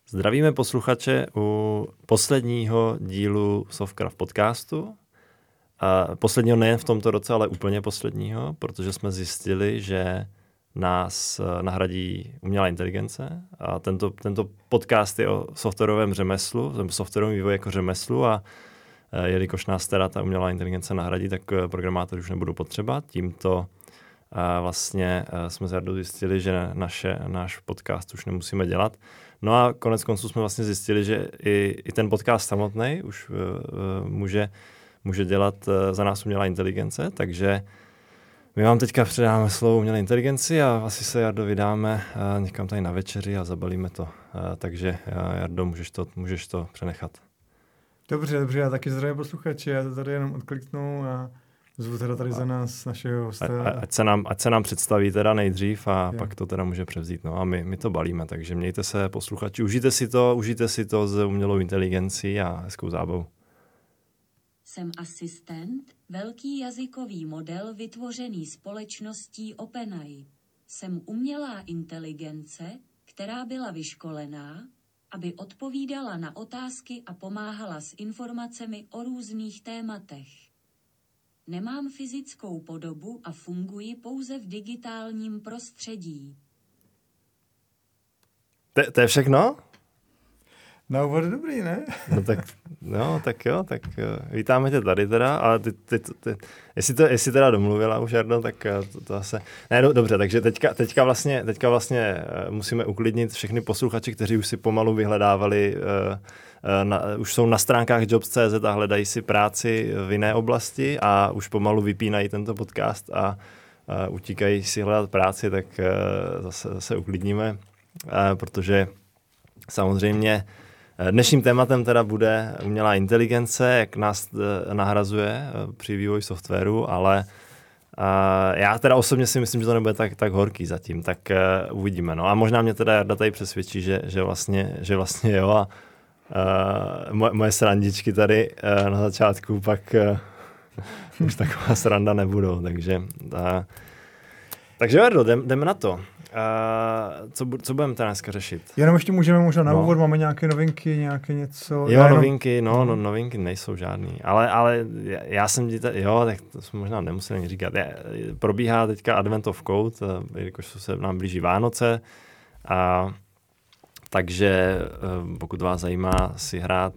Zdravíme posluchače u posledního dílu Softcraft podcastu. Posledního nejen v tomto roce, ale úplně posledního, protože jsme zjistili, že nás nahradí umělá inteligence. A tento podcast je o softwarovém řemeslu, softwarovém vývoji jako řemeslu a jelikož nás teda ta umělá inteligence nahradí, tak programátoři už nebudou potřeba. Tímto vlastně jsme s Jardou zjistili, že náš podcast už nemusíme dělat. No a konec konců jsme vlastně zjistili, že i ten podcast samotný už může dělat za nás umělá inteligence, takže my vám teďka předáme slovo umělé inteligenci a asi se, Jardo, vydáme někam tady na večeři a zabalíme to. Takže, Jardo, můžeš to přenechat. Dobře, já taky zdravím posluchači, já to tady jenom odkliknu a zvu teda tady za nás našeho hosta. Ať se nám představí teda nejdřív a pak to teda může převzít. No a my to balíme, takže mějte se, posluchači, užijte si to s umělou inteligencí a hezkou zábavu. Jsem asistent, velký jazykový model vytvořený společností OpenAI. Jsem umělá inteligence, která byla vyškolená, aby odpovídala na otázky a pomáhala s informacemi o různých tématech. Nemám fyzickou podobu a funguji pouze v digitálním prostředí. To je všechno? Na úvod dobrý, ne? Tak vítáme tě tady teda, ale jestli teda domluvila už, Jarno, tak to asi... Ne, dobře, takže teďka vlastně musíme uklidnit všechny posluchači, kteří už si pomalu vyhledávali, už jsou na stránkách jobs.cz a hledají si práci v jiné oblasti a už pomalu vypínají tento podcast a utíkají si hledat práci, tak zase uklidníme, protože samozřejmě dnešním tématem teda bude umělá inteligence, jak nás nahrazuje při vývoji softwaru, ale já teda osobně si myslím, že to nebude tak horký zatím, tak uvidíme. No a možná mě teda Jarda tady přesvědčí, že vlastně jo a moje srandičky tady na začátku pak už taková sranda nebudou, takže Jardo, jdeme na to. Co budeme teda dneska řešit? Jenom ještě můžeme možná na úvod, máme nějaké novinky, nějaké něco? Jo, novinky nejsou žádný, ale já jsem tak to jsme možná nemuseli ani říkat. Probíhá teďka Advent of Code, jelikož se nám blíží Vánoce, takže pokud vás zajímá si hrát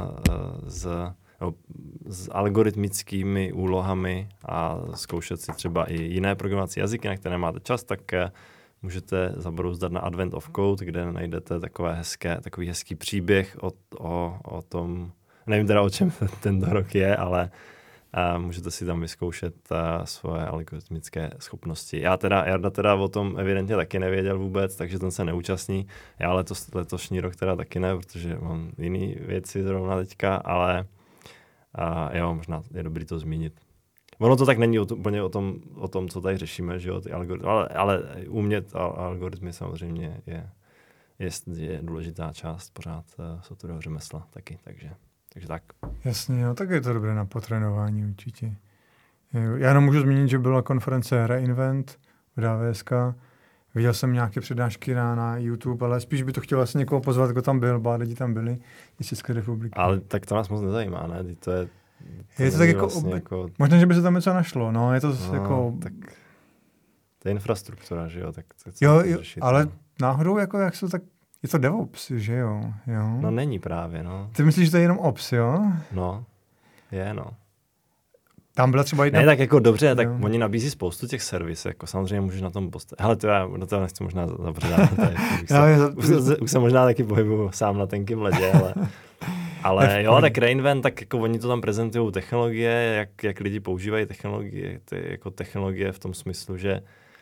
s algoritmickými úlohami a zkoušet si třeba i jiné programovací jazyky, na které máte čas, tak můžete zabrouzdat na Advent of Code, kde najdete takový hezký příběh o tom, nevím teda o čem tento rok je, ale můžete si tam vyzkoušet svoje algoritmické schopnosti. Jarda teda o tom evidentně taky nevěděl vůbec, takže ten se neúčastní. Já letošní rok teda taky ne, protože mám jiný věci zrovna teďka, ale možná je dobrý to zmínit. Ono to tak není úplně o tom, co tady řešíme, že jo, ty algoritmy, ale umět algoritmy samozřejmě je důležitá část pořád softwarového řemesla taky, takže tak. Jasně, tak je to dobré na potrénování určitě. Já jenom můžu zmínit, že byla konference Reinvent v DVSK. Viděl jsem nějaké přednášky na YouTube, ale spíš by to chtěl vlastně někoho pozvat, kdo tam byl, lidi tam byli z České republiky. Ale tak to nás moc nezajímá, ne? Je to tak jako možná, že by se tam něco našlo, no, je to tak to je infrastruktura, že jo, tak jo, ale náhodou jak jsou tak, je to DevOps, že jo? No není právě, no. Ty myslíš, že to je jenom Ops, jo? No, je, no. Tam byla třeba jedna... Ne, tak jako dobře, tak oni nabízí spoustu těch servisů, jako samozřejmě můžeš na tom postavit. Hele, to já do toho nechci možná zabředávat. Už se možná taky pohybuju sám na tenkým ledě, ale jo, tak Reinvent, tak jako oni to tam prezentují technologie, jak lidi používají technologie, jako technologie v tom smyslu, že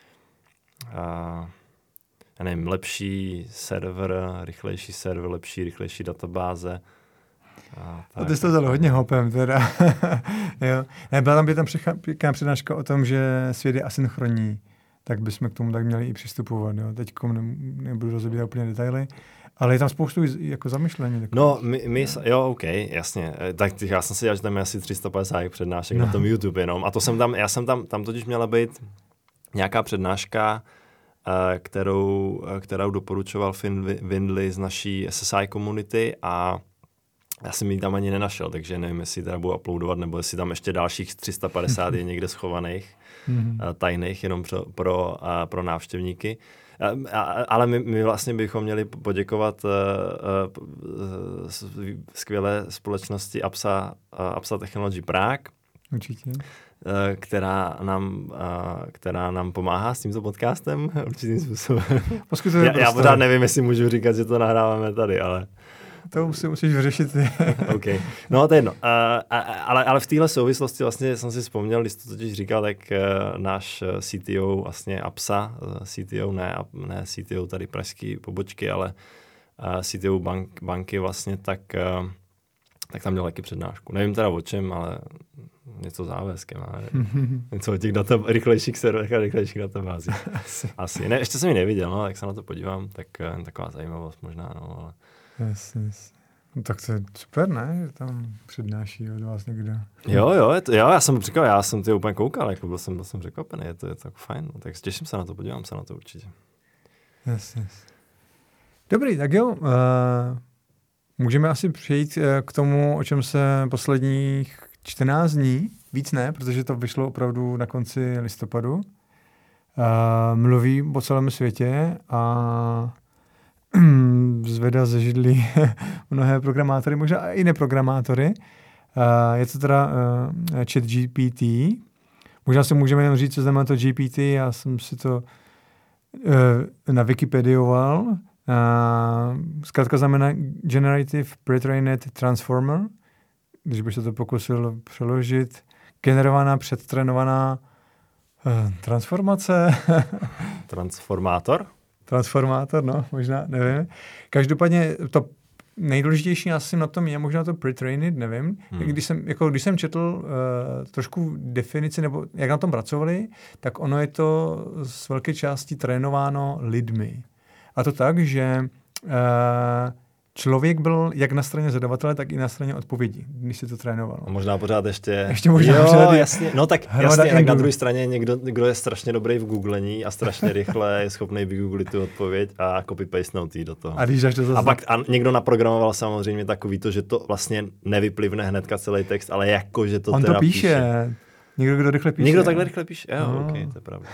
já nevím, lepší server, rychlejší databáze. A ty jsi to vzal hodně hopem teda. Jo. Ne, byla tam pěkná přednáška o tom, že svět je asynchronní, tak bychom k tomu tak měli i přistupovat. Jo. Teď nebudu rozebírat úplně detaily, ale je tam spoustu jako zamyšlení. No, jo, OK, jasně. Tak já jsem si dělal, že tam je asi 350 přednášek na tom YouTube jenom. A to jsem tam totiž měla být nějaká přednáška kterou doporučoval Finn Windley z naší SSI komunity a já jsem ji tam ani nenašel, takže nevím, jestli teda budu uploadovat, nebo jestli tam ještě dalších 350 je někde schovaných, tajných, jenom pro návštěvníky. Ale my vlastně bychom měli poděkovat skvělé společnosti APSA Technology Prague. Určitě. Která nám pomáhá s tímto podcastem určitým způsobem. Já pořád nevím, jestli můžu říkat, že to nahráváme tady, ale... To musíš vyřešit. Okay. No, to je jedno. Ale v téhle souvislosti vlastně jsem si vzpomněl, když to totiž říkal, tak náš CTO, vlastně APSA, CTO, ne CTO tady pražský pobočky, ale CTO banky vlastně, tak tam měl taky přednášku. Nevím teda o čem, ale něco závazkem, ale něco o těch rychlejších serverech a rychlejších databázích. Asi. Ne, ještě jsem ji neviděl, no, tak se na to podívám, tak taková zajímavost možná, no, ale... Yes. No, tak to je super, ne? Že tam přednáší od vás někdo. Jo, já jsem říkal, já jsem to úplně koukal, jako byl jsem překvapený, je to tak fajn, no, tak těším se na to, podívám se na to určitě. Yes. Dobrý, tak jo, můžeme asi přejít k tomu, o čem se posledních 14 dní, víc ne, protože to vyšlo opravdu na konci listopadu, mluví o celém světě a zvedá ze židlí mnohé programátory, možná i neprogramátory. Je to teda ChatGPT. Možná si můžeme jen říct, co znamená to GPT. Já jsem si to na Wikipedioval. Zkrátka znamená Generative Pre-trained Transformer. Když bych se to pokusil přeložit. Generovaná, předtrénovaná transformace. Transformátor, no, možná, nevím. Každopádně to nejdůležitější asi na tom je možná to pre-trained, nevím. Když jsem četl trošku definici, nebo jak na tom pracovali, tak ono je to z velké části trénováno lidmi. A to tak, že člověk byl jak na straně zadavatele, tak i na straně odpovědi, když se to trénovalo. A možná pořád ještě možná jo, jasně. No tak jasně, tak na druhé straně někdo, kdo je strašně dobrý v googlení a strašně rychle je schopný vygooglit tu odpověď a copy-pastenout jí do toho. A pak někdo naprogramoval samozřejmě takový to, že to vlastně nevyplivne hnedka celý text, ale jako, že to on teda to píše. Někdo, kdo rychle píše. Někdo takhle rychle píše, jo, no. Okay, to je pravda.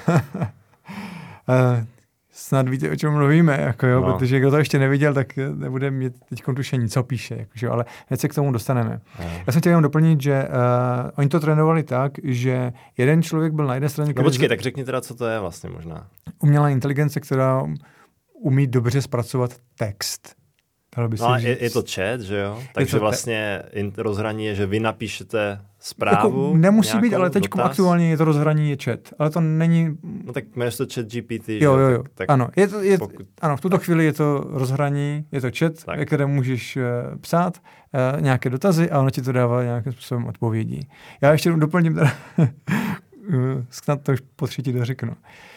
Snad víte, o čem mluvíme, jako jo, protože kdo to ještě neviděl, tak nebude mít teď tušení, co píše, jakože, ale hned se k tomu dostaneme. Já jsem chtěl jenom doplnit, že oni to trénovali tak, že jeden člověk byl na jedné straně... No počkej, tak řekni teda, co to je vlastně možná. Umělá inteligence, která umí dobře zpracovat text. No je to chat, že jo? Takže vlastně rozhraní je, že vy napíšete zprávu. Jako nemusí být, ale teď aktuálně je to rozhraní je chat. Ale to není... No tak jmenuješ to ChatGPT. Jo. Tak ano, ano, v tuto chvíli je to rozhraní, je to chat, ve kterém můžeš psát nějaké dotazy a ono ti to dává nějakým způsobem odpovědi. Já ještě doplním teda, snad to už po třetí dořeknu.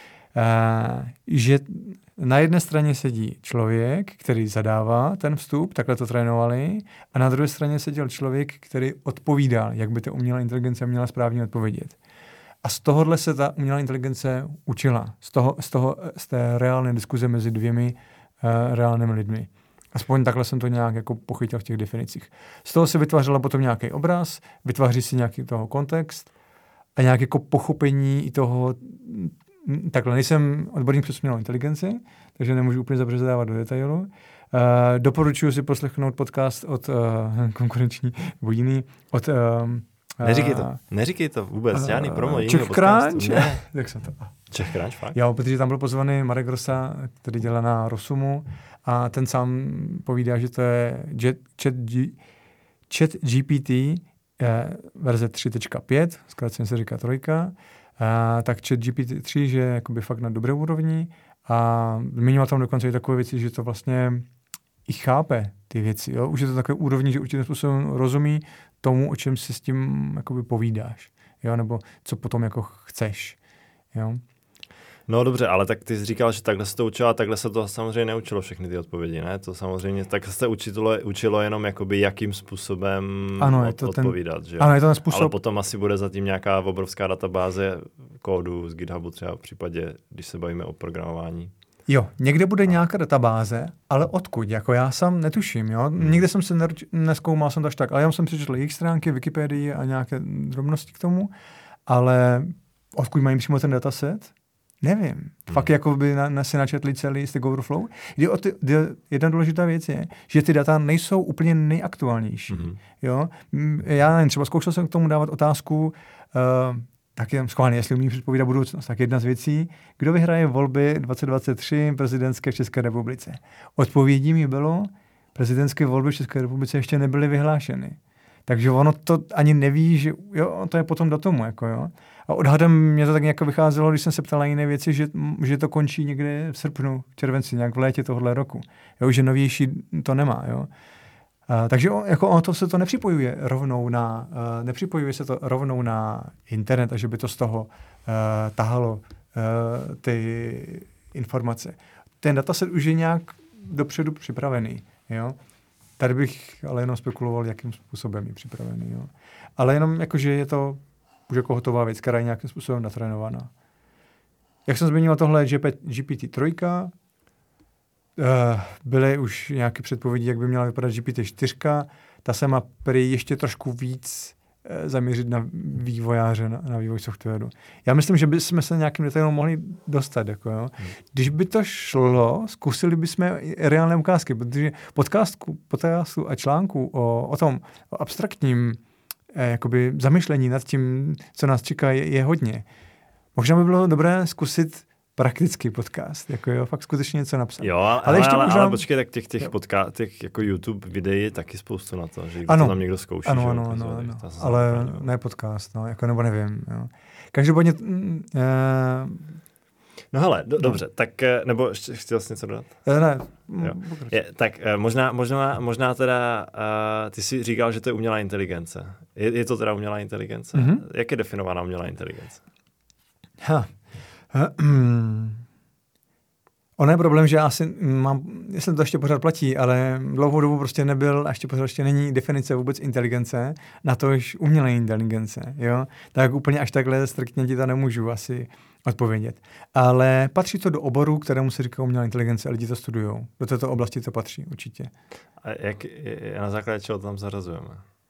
Že na jedné straně sedí člověk, který zadává ten vstup, takhle to trénovali, a na druhé straně seděl člověk, který odpovídal, jak by ta umělá inteligence měla správně odpovědět. A z tohohle se ta umělá inteligence učila. Z té reálné diskuze mezi dvěmi reálnými lidmi. Aspoň takhle jsem to nějak jako pochytil v těch definicích. Z toho se vytvářela potom nějaký obraz, vytváří si nějaký toho kontext a nějaké jako pochopení i toho. Takhle, nejsem odborník přes umělou inteligenci, takže nemůžu úplně zabředávat do detailu. Doporučuji si poslechnout podcast od konkurenční nebo jiný, od... Neříkej to vůbec, žádný promo jiného podcastu. Ne. Jak jsem to? Czech Crunch, fakt? Jo, protože tam byl pozvaný Marek Rosa, který dělá na Rosumu a ten sám povídá, že to je ChatGPT verze 3.5, zkráceně se říká 3, tak ChatGPT 3, že je jakoby fakt na dobré úrovni a zmiňoval tam dokonce i takové věci, že to vlastně i chápe ty věci. Jo? Už je to takové úrovni, že určitým způsobem rozumí tomu, o čem si s tím jakoby povídáš. Jo? Nebo co potom jako chceš. Jo? No dobře, ale tak ty jsi říkal, že takhle se to učilo a takhle se to samozřejmě neučilo všechny ty odpovědi, ne? To samozřejmě, tak se učilo jenom jakoby jakým způsobem odpovídat, že? Ano, je to ten způsob. Ale potom asi bude zatím nějaká obrovská databáze kódu z GitHubu třeba v případě, když se bavíme o programování. Jo, někde bude nějaká databáze, ale odkud? Jako já sám netuším, jo. Nikde jsem se nezkoumal jsem to až tak, ale já jsem přečetl jejich stránky, Wikipedii a nějaké drobnosti k tomu, ale odkud mají přímo ten dataset? Nevím. Fakt jako by si načetli celý Stack Overflow. Jedna důležitá věc je, že ty data nejsou úplně nejaktuálnější. Jo? Já nevím, třeba zkoušel jsem k tomu dávat otázku, tak jen schválně, jestli umí předpovídat budoucnost. Tak jedna z věcí, kdo vyhraje volby 2023 prezidentské v České republice. Odpovědí mi bylo, prezidentské volby v České republice ještě nebyly vyhlášeny. Takže ono to ani neví, že jo, to je potom datumu, jako jo. A odhadem mě to tak nějak vycházelo, když jsem se ptal na jiné věci, že to končí někde v srpnu, červenci, nějak v létě tohohle roku. Jo, že novější to nemá, jo. Takže jako to se to nepřipojuje se to rovnou na internet, a že by to z toho tahalo ty informace. Ten dataset už je nějak dopředu připravený, jo. Tady bych ale jenom spekuloval, jakým způsobem je připravený, jo. Ale jenom jakože je to už jako hotová věc, která je nějakým způsobem natrénovaná. Jak jsem zmiňoval tohle GPT-3, byly už nějaké předpovědi, jak by měla vypadat GPT-4, ta se má prý ještě trošku víc zaměřit na vývojáře, na vývoj softwaru. Já myslím, že bychom se nějakým detailům mohli dostat. Jako, jo. Když by to šlo, zkusili bychom reálné ukázky, protože podcastu a článku o tom o abstraktním jakoby zamyšlení nad tím, co nás čeká, je hodně. Možná by bylo dobré zkusit praktický podcast, jako jo, fakt skutečně něco napsat. Jo, ale počkej, tak těch jako YouTube videí je taky spoustu na to, že to tam někdo zkouší. Ano, ale ne podcast, no, jako nebo nevím, jo. Každopádně... No hele, dobře, tak, nebo chtěl jsi něco dodat? Ne. Tak možná teda, ty jsi říkal, že to je umělá inteligence. Je to teda umělá inteligence? Mm-hmm. Jak je definovaná umělá inteligence? Ono je problém, že asi jestli to ještě pořád platí, ale dlouhou dobu prostě nebyl a ještě pořád ještě není definice vůbec inteligence, na to už umělé inteligence, jo. Tak úplně až takhle striktně ti to nemůžu asi odpovědět. Ale patří to do oboru, kterému se říká umělá inteligence a lidi to studujou. Do této oblasti to patří určitě. A na základě čeho tam zařazujeme?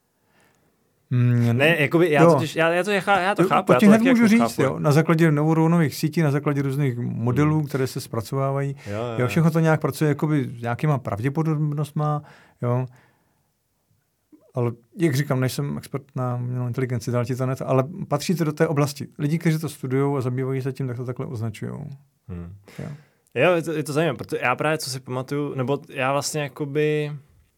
Ne, jakoby já to chápu. To ti hned můžu říct, jo, na základě neuronových sítí, na základě různých modelů, které se zpracovávají. Jo, všechno to nějak pracuje jakoby s nějakýma pravděpodobnostma, jo. Ale jak říkám, nejsem expert na umělou inteligenci, dál ti to net, ale patří to do té oblasti. Lidi, kteří to studují a zabývají se tím, tak to takhle označují. Jo, je to zajímavé, protože já právě, co si pamatuju, nebo já vlastně jakoby...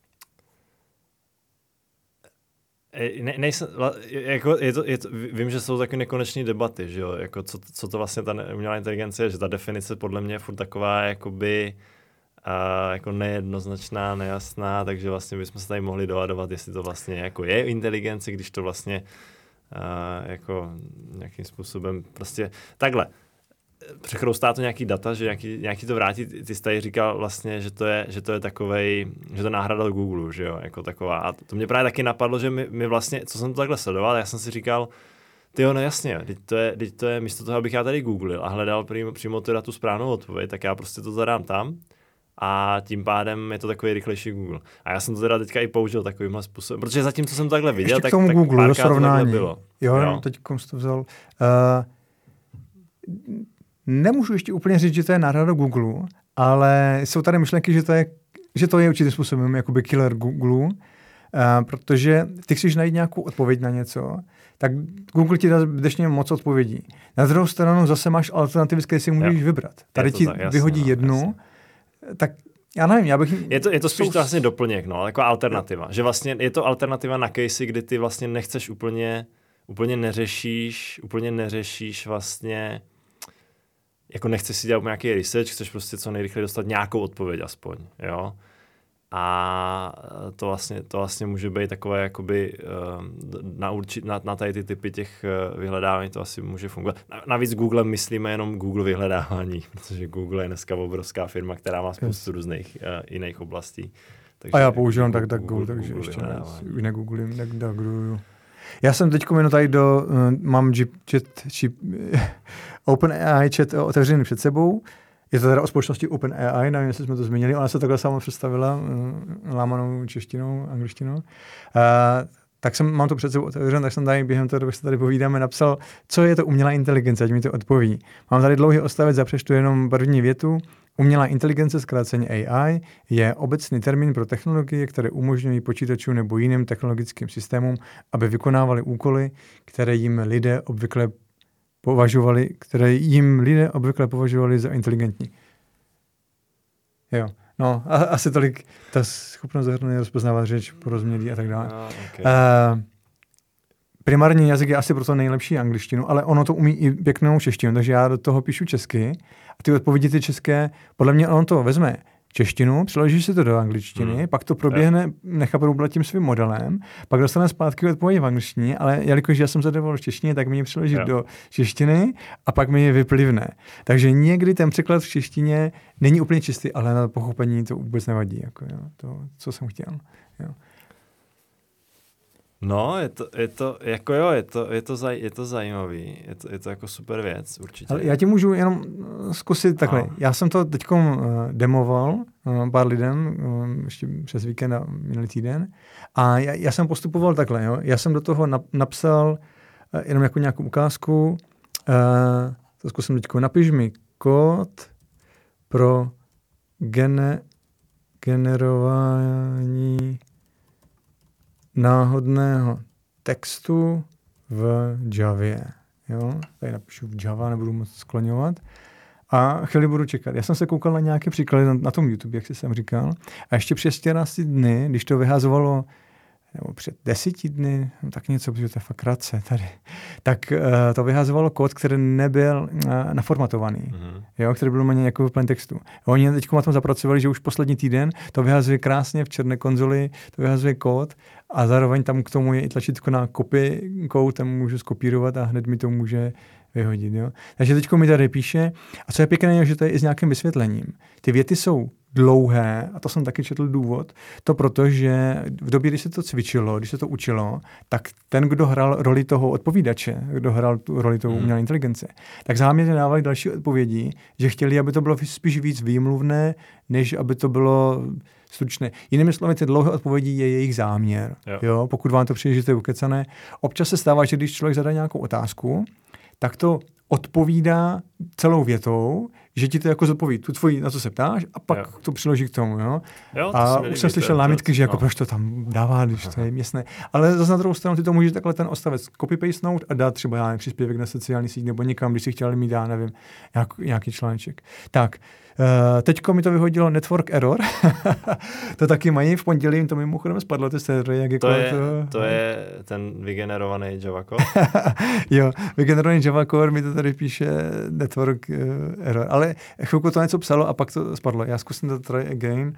Vím, že jsou taky nekonečné debaty, že jo, jako co to vlastně ta umělá inteligence je, že ta definice podle mě je furt taková jakoby jako nejednoznačná, nejasná, takže vlastně bychom se tady mohli dohadovat, jestli to vlastně jako je inteligence, když to vlastně jako nějakým způsobem prostě takhle. Přechroustá to nějaký data, že nějaký to vrátí. Ty jsi tady říkal vlastně, že to je takovej, že to náhrada Google, že jo, jako taková. A to mě právě taky napadlo, že my vlastně, co jsem to takhle sledoval, já jsem si říkal, tyjo, no jasně, teď to je místo toho, abych já tady googlil a hledal přímo teda tu správnou odpověď, tak já prostě to zadám tam a tím pádem je to takový rychlejší Google. A já jsem to teda teďka i použil takovýmhle způsobem, protože zatím, co jsem to takhle viděl, tak Google, párkrát to takhle bylo. Jo. Teď jsem to vzal. Nemůžu ještě úplně říct, že to je náhrada Google, ale jsou tady myšlenky, že to je určitým způsobem jakoby killer Google, protože ty chceš najít nějakou odpověď na něco, tak Google ti dá zbytečně moc odpovědí. Na druhou stranu zase máš alternativy, které si můžeš vybrat. Tady ti vyhodí jednu, tak já nevím, Je to spíš to vlastně doplněk, no, jako alternativa. Že vlastně je to alternativa na casey, kdy ty vlastně nechceš úplně neřešíš vlastně, jako nechceš si dělat nějaký research, chceš prostě co nejrychleji dostat nějakou odpověď aspoň, jo. A to vlastně může být takové jakoby na tady ty typy těch vyhledávání to asi může fungovat. Navíc Google myslíme jenom Google vyhledávání, protože Google je dneska obrovská firma, která má spoustu různých jiných oblastí. Takže a já používám DuckDuckGo, takže ještě negooglím, DuckDuckGo. Já jsem teď jenom tady mám OpenAI chat otevřený před sebou. Je to teda o společnosti OpenAI, nevím, jestli jsme to zmínili, ona se takhle sama představila lámanou češtinou, angličtinou. Tak mám to před sebou otevřené, tak jsem tady během toho, když se tady povídáme, napsal, co je to umělá inteligence, ať mi to odpoví. Mám tady dlouhý odstavec, zapřečtu jenom první větu. Umělá inteligence, zkráceně AI, je obecný termín pro technologie, které umožňují počítačům nebo jiným technologickým systémům, aby vykonávali úkoly, které jim lidé obvykle považovali za inteligentní. Jo. No, asi tolik ta schopnost zahrnout, rozpoznávat řeč, porozumění a tak dále. Primární jazyk je asi proto nejlepší angličtinu, ale ono to umí i pěknou češtinu, takže já do toho píšu česky a ty odpovědi ty české, podle mě ono to vezme češtinu, přeloží si to do angličtiny, pak to proběhne, nechá probrat tím svým modelem, pak dostane zpátky odpověď v angličtině, ale jelikož já jsem zadeval v češtině, tak mi je přeložit do češtiny a pak mi je vyplivne. Takže někdy ten překlad v češtině není úplně čistý, ale na pochopení to vůbec nevadí, jako, jo, to, co jsem chtěl. Jo. No, je to zajímavý, je to jako super věc, určitě. Ale já ti můžu jenom zkusit takhle. Já jsem to teď demoval pár lidem, ještě přes víkend a minulý týden, a já jsem postupoval takhle. Jo? Já jsem do toho napsal jenom jako nějakou ukázku, to zkusím teď, napiš mi kód pro generování náhodného textu v Javě. Jo? Tady napíšu v Java, nebudu moc skloňovat. A chvíli budu čekat. Já jsem se koukal na nějaké příklady na tom YouTube, jak jsem říkal. A ještě přes 14 dny, když to vyházovalo, nebo před 10 dny, no tak něco, protože to je fakt krátce tady, tak to vyházovalo kód, který nebyl naformatovaný, jo, který byl méně jako v plain textu. Oni teď na tom zapracovali, že už poslední týden to vyhazuje krásně v černé konzoli, to vyhazuje kód a zároveň tam k tomu je i tlačítko na copy code, tam můžu skopírovat a hned mi to může vyhodit. Jo. Takže teď mi tady píše, a co je pěkné, je, že to je i s nějakým vysvětlením. Ty věty jsou dlouhé, a to jsem taky četl důvod, to proto, že v době, kdy se to cvičilo, když se to učilo, tak ten, kdo hrál roli toho odpovídače, kdo hrál tu roli toho umělé inteligence, tak záměrně dávali další odpovědi, že chtěli, aby to bylo spíš víc výmluvné, než aby to bylo stručné. Jinými slovy, ty dlouhé odpovědi je jejich záměr. Jo, pokud vám to přijde, že to je ukecané. Občas se stává, že když člověk zadá nějakou otázku, tak to odpovídá celou větou, že ti to jako zodpoví tu tvoji, na co se ptáš, a pak to přiloží k tomu. Jo? A už jsem slyšel námitky, že jako proč to tam dává, když to je jasné. Ale zase na druhou stranu ty to můžeš takhle ten odstavec copy-pastenout a dát třeba příspěvek na sociální síť nebo někam, když si chtěli mít, já nevím, nějaký článeček. Tak, teďko mi to vyhodilo network error. To taky mají v pondělí, to mimochodem spadlo ty servery. Jak to je ten vygenerovaný Java Core? Jo, vygenerovaný Java Core mi to tady píše network error. Ale chvilku to něco psalo a pak to spadlo. Já zkusím to try again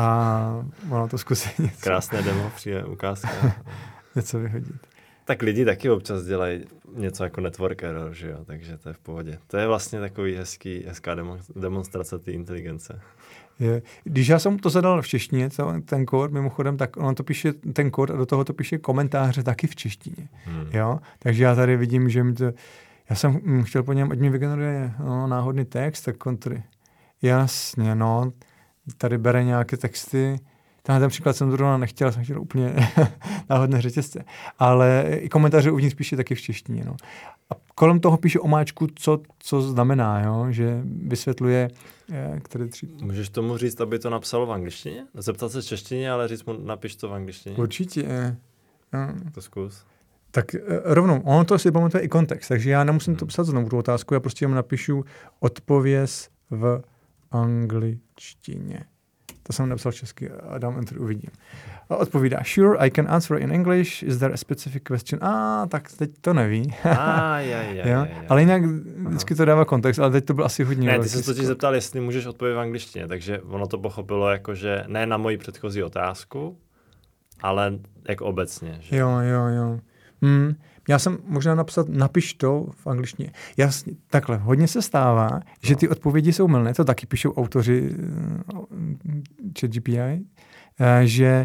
a ono to zkusí něco. Krásné demo, přijde ukázka. Něco vyhodit. Tak lidi taky občas dělají něco jako network error, že jo? Takže to je v pohodě. To je vlastně takový hezká demonstrace té inteligence. Je. Když já jsem to zadal v češtině, ten kód, mimochodem, tak on to píše, ten kód a do toho to píše komentáře taky v češtině. Jo? Takže já tady vidím, že mi to... Já jsem chtěl po něm, ať mi vygeneruje náhodný text, tak kontry. Jasně, no, tady bere nějaké texty. Tenhle ten příklad jsem zrovna nechtěl, jsem chtěl úplně náhodné řetězce. Ale i komentáře uvnitř píše taky v češtině. No. A kolem toho píše omáčku, co znamená, jo? Že vysvětluje, které třídy. Můžeš tomu říct, aby to napsalo v angličtině? Zeptat se v češtině, ale říct mu, napiš to v angličtině. Určitě. To zkus. Tak rovnou, ono to si pamatuje i kontext, takže já nemusím to psat znovu tu otázku, já prostě jenom napíšu odpověz v angličtině. To jsem napsal česky a dám enter, uvidím. A odpovídá, sure, I can answer in English, is there a specific question? Tak teď to neví. Ale jinak vždycky to dává kontext, ale teď to byl asi hodně. Ne, ty se totiž zeptal, jestli můžeš odpovědět v angličtině, takže ono to pochopilo jako, že ne na moji předchozí otázku, ale jako obecně. Že? Jo. Já jsem možná napiš to v angličtině. Jasně, takhle, hodně se stává, že ty odpovědi jsou mylné, to taky píšou autoři ChatGPT, že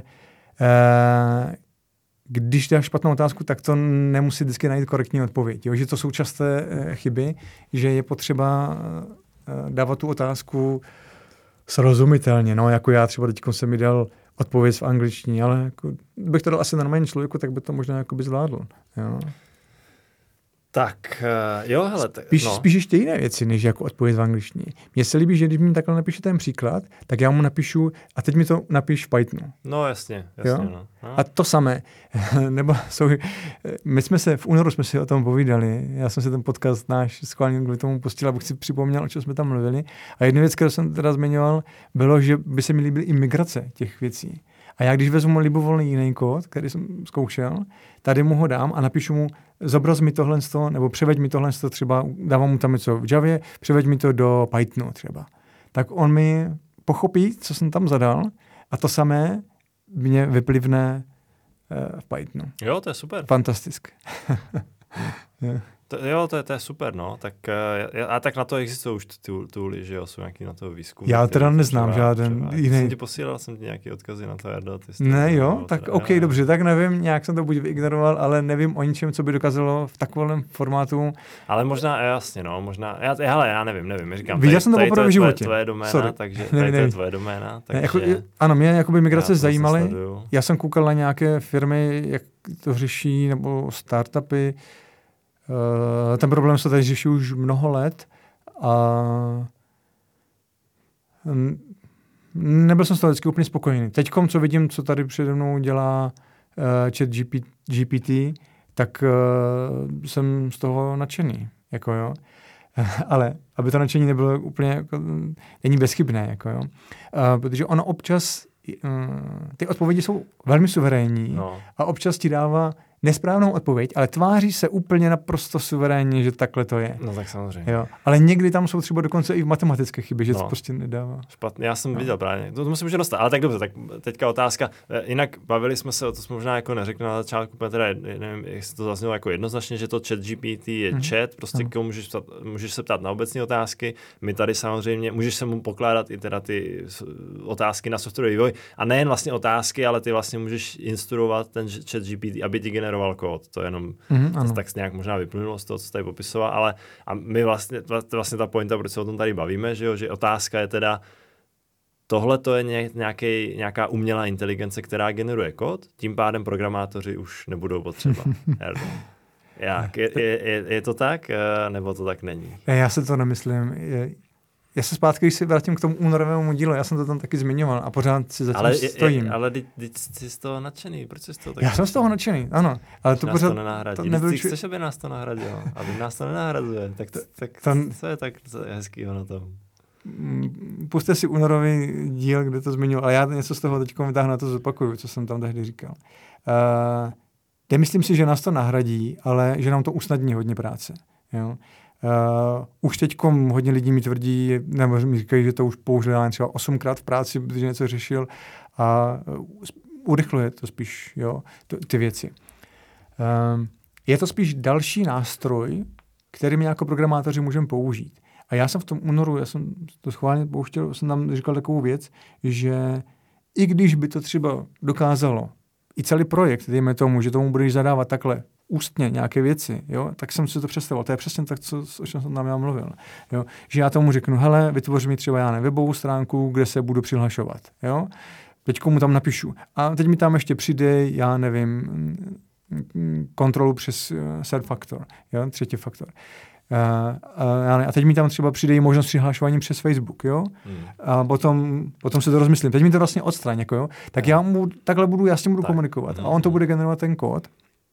když dáš špatnou otázku, tak to nemusí vždycky najít korektní odpověď. Jo? Že to jsou časté chyby, že je potřeba dávat tu otázku srozumitelně. No, jako já třeba teď jsem mi dal odpověď v angličtině, ale jako, bych to dal asi normálně člověku, tak by to možná jakoby zvládl. Jo. Tak, jo, hele. Spíš ještě jiné věci, než jako odpověď v angličtině. Mně se líbí, že když mi takhle napíše ten příklad, tak já mu napíšu, a teď mi to napíš v Pythonu. No jasně. No. A to samé. Nebo my jsme se, v únoru jsme si o tom povídali, já jsem si ten podcast náš schválně kvůli tomu pustil, abych si připomněl, o čem jsme tam mluvili. A jedna věc, kterou jsem teda zmiňoval, bylo, že by se mi líbily i migrace těch věcí. A já když vezmu libovolný jiný kód, který jsem zkoušel, tady mu ho dám a napíšu mu, zobraz mi tohle, nebo převeď mi tohle, třeba dávám mu tam něco v Javě, převeď mi to do Pythonu třeba. Tak on mi pochopí, co jsem tam zadal, a to samé mě vyplivne v Pythonu. Jo, to je super. Fantastické. To je super, no. Tak, a tak na to existují už tooly, že jo, jsou nějaký na toho výzkum. Já teda neznám žádný jiný. Jsem ti nějaký odkazy na to, Jardo. Ne, jo? Tak OK, dobře, tak nevím, nějak jsem to buď vyignoroval, ale nevím o ničem, co by dokázalo v takovém formátu. Ale možná, jasně, no, možná, já nevím, říkám. Viděl jsem to poprvé v životě. Tvoje doména, takže to je tvoje doména, takže... Jako, ano, mě jakoby migrace zajímaly. Já jsem koukal na nějaké firmy, jak to řeší, nebo startupy. Ten problém se tady řeší už mnoho let a nebyl jsem z toho vždycky úplně spokojený. Teďkom, co vidím, co tady přede mnou dělá ChatGPT, tak jsem z toho nadšený. Jako jo. Ale aby to nadšení nebylo úplně, jako, není bezchybné. Jako jo. Protože ono občas, ty odpovědi jsou velmi suverénní a občas ti dává nesprávnou odpověď, ale tváří se úplně naprosto suverénně, že takhle to je. No tak samozřejmě. Jo. Ale někdy tam jsou třeba dokonce i v matematické chyby, že to prostě nedává. Špatně, já jsem viděl právě. To musím už dostat, ale tak dobře, tak teďka otázka. Jinak bavili jsme se, to jsme možná jako neřekli na začátku, teda nevím, jestli to zaznělo jako jednoznačně, že to ChatGPT je chat, prostě můžeš se ptát na obecné otázky, my tady samozřejmě, můžeš se mu pokládat i teda ty otázky na softwarový vývoj a nejen vlastně otázky, ale ty vlastně můžeš instruovat ten ChatGPT, aby ti generoval kód. To jenom tak nějak možná vyplynulo z toho, co tady popisoval, ale a my vlastně ta pointa, proč se o tom tady bavíme, že otázka je teda, tohle to je nějaká umělá inteligence, která generuje kód, tím pádem programátoři už nebudou potřeba. Jak? Je to tak, nebo to tak není? Já se to nemyslím. Já se zpátky, když se vrátím k tomu únorovému dílu, já jsem to tam taky zmiňoval a pořád si zatím stojím. Ale jsi z toho nadšený, proč jsi z toho tak? Já jsem z toho nadšený, ano. Ale to pořád... To ty chceš, aby nás to nahradilo, aby nás to nenahraduje, tak co je tak hezkýho na tom? Puste si únorový díl, kde to zmiňoval, ale já něco z toho teď vytáhnu a to zopakuju, co jsem tam tehdy říkal. Nemyslím si, že nás to nahradí, ale že nám to usnadní hodně práce. Jo? Už teď hodně lidí mi tvrdí, nebo mi říkají, že to už používá třeba 8krát v práci, protože něco řešil a urychluje to spíš, jo, ty věci. Je to spíš další nástroj, který my jako programátoři můžeme použít. A já jsem v tom únoru, já jsem to schválně pouštěl, jsem tam říkal takovou věc, že i když by to třeba dokázalo, i celý projekt, dejme tomu, že tomu budeš zadávat takhle ústně nějaké věci, jo, tak jsem si to představoval. To je přesně tak, o čem jsem tam já mluvil. Jo. Že já tomu řeknu, hele, vytvoř mi třeba webovou stránku, kde se budu přihlašovat. Jo. Teď komu tam napíšu. A teď mi tam ještě přidej, já nevím, kontrolu přes third factor, jo, třetí faktor. A teď mi tam třeba přidej možnost přihlašování přes Facebook, jo? A potom se to rozmyslím. Teď mi to vlastně odstraň, jako jo? Tak já mu takhle budu komunikovat. A on to bude generovat ten kód.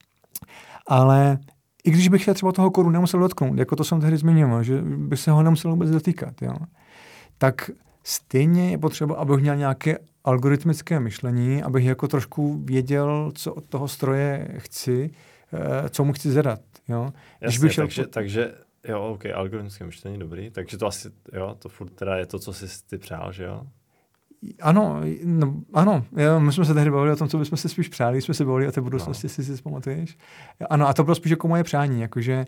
Ale i když bych se třeba toho kódu nemusel dotknout, jako to jsem tehdy zmiňoval, že bych se ho nemusel vůbec dotýkat, jo? Tak stejně je potřeba, abych měl nějaké algoritmické myšlení, abych jako trošku věděl, co od toho stroje chci, co mu chci zadat. Jo? Jasně, takže jo, OK, algoritmické myšlení, dobrý, takže to asi, jo, to furt teda je to, co jsi ty přál, že jo? Ano, jo, my jsme se tehdy bavili o tom, co bychom si spíš přáli, jsme se bavili o té budoucnosti, jestli si pamatuješ. Ano, a to bylo spíš jako moje přání, jakože...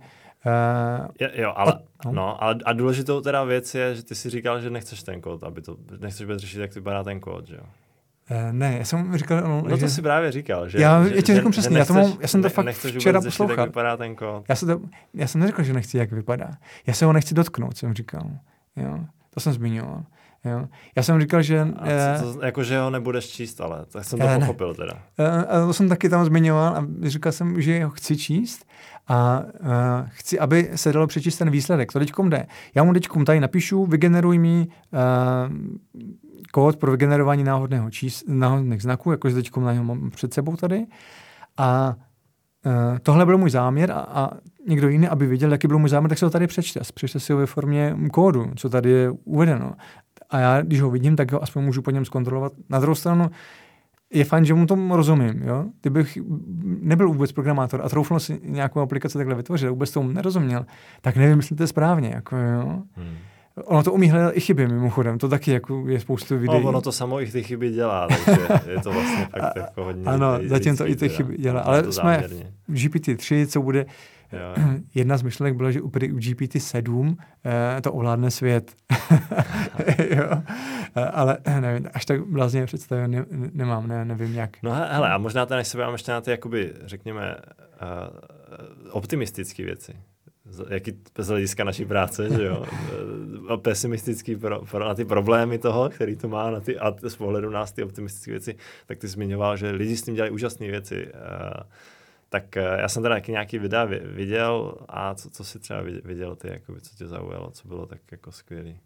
ale důležitou teda věc je, že ty si říkal, že nechceš ten kód, nechceš vůbec řešit, jak vypadá ten kód, že jo? Ne, já jsem říkal... No to si právě říkal, že... Já ti řeknu přesně, já jsem to fakt včera poslouchal. Jak vypadá ten kód. Já jsem neřekl, že nechci, jak vypadá. Já se ho nechci dotknout, jsem říkal. Jo? To jsem zmiňoval. Jo. Já jsem říkal, že... Jakože ho nebudeš číst, ale tak jsem to pochopil teda. To jsem taky tam zmiňoval a říkal jsem, že ho chci číst a chci, aby se dalo přečíst ten výsledek. To teďkom jde. Já mu teďkom tady napíšu, vygeneruj mi kód pro vygenerování náhodných znaků, jakože teďkom na něho mám před sebou tady. A tohle byl můj záměr a někdo jiný, aby viděl, jaký byl můj záměr, tak se ho tady přečte. Přečte si ho ve formě kódu, co tady je uvedeno. A já, když ho vidím, tak ho aspoň můžu po něm zkontrolovat. Na druhou stranu je fajn, že mu tomu rozumím. Jo? Kdybych nebyl vůbec programátor a troufnul si nějakou aplikaci takhle vytvořit, vůbec tomu nerozuměl, tak nevím, jestli to je správně. Jako, jo? Ono to umí hledat i chyby mimochodem, to taky jako je spoustu videí. Ono to samo i ty chyby dělá, takže je to vlastně fakt jako hodně. Ano, zatím to i ty chyby dělá, ale jsme v GPT-3, co bude... Jedna z myšlenek byla, že u GPT-7 to ovládne svět. Jo. Ale nevím, až tak vlastně představě nemám, nevím jak. No hele, a možná než se budeme ještě na ty, jakoby, řekněme, optimistické věci. Jaký z hlediska naší práce, že jo? Pesimistický na ty problémy toho, který to má, a z pohledu nás ty optimistické věci, tak ty zmiňoval, že lidi s tím dělají úžasné věci. Tak já jsem teda nějaký videa viděl a co si třeba viděl ty, jakoby, co tě zaujalo, co bylo tak jako skvělý?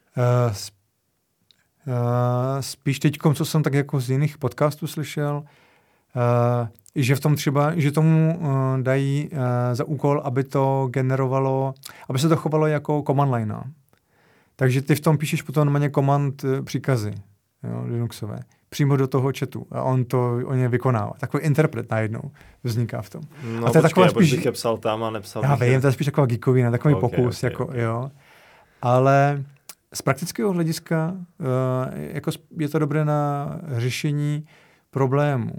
Spíš teďkom, co jsem tak jako z jiných podcastů slyšel, že v tom třeba, že tomu dají za úkol, aby to generovalo, aby se to chovalo jako command line. Takže ty v tom píšeš potom normálně command příkazy, jo, Linuxové, přímo do toho chatu a on je vykonává. Takový interpret najednou vzniká v tom. No, a to je taková spíš... bych je psal tam a nepsal. Já vím, to je spíš taková geekovina, takový pokus, jo. Ale z praktického hlediska jako je to dobré na řešení problémů.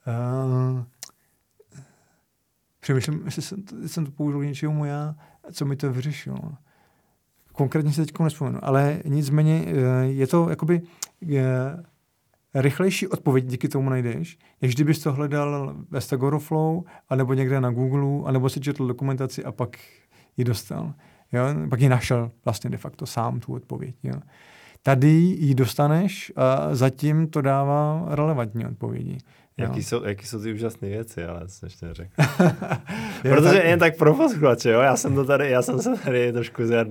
Přemýšlím, jestli jsem to použil něčemu co mi to vyřešilo. Konkrétně se teď nespomenu, ale nicméně je to jakoby rychlejší odpověď díky tomu najdeš, než kdybys to hledal ve Stack Overflow, anebo někde na Google, anebo si četl dokumentaci a pak ji dostal. Jo? Pak ji našel vlastně de facto sám tu odpověď. Jo? Tady ji dostaneš a zatím to dává relevantní odpovědi. Jaký jsou ty úžasné věci, ale jsem ještě neřekl. Protože jen tak pro posluchače, jo, já jsem se tady trošku z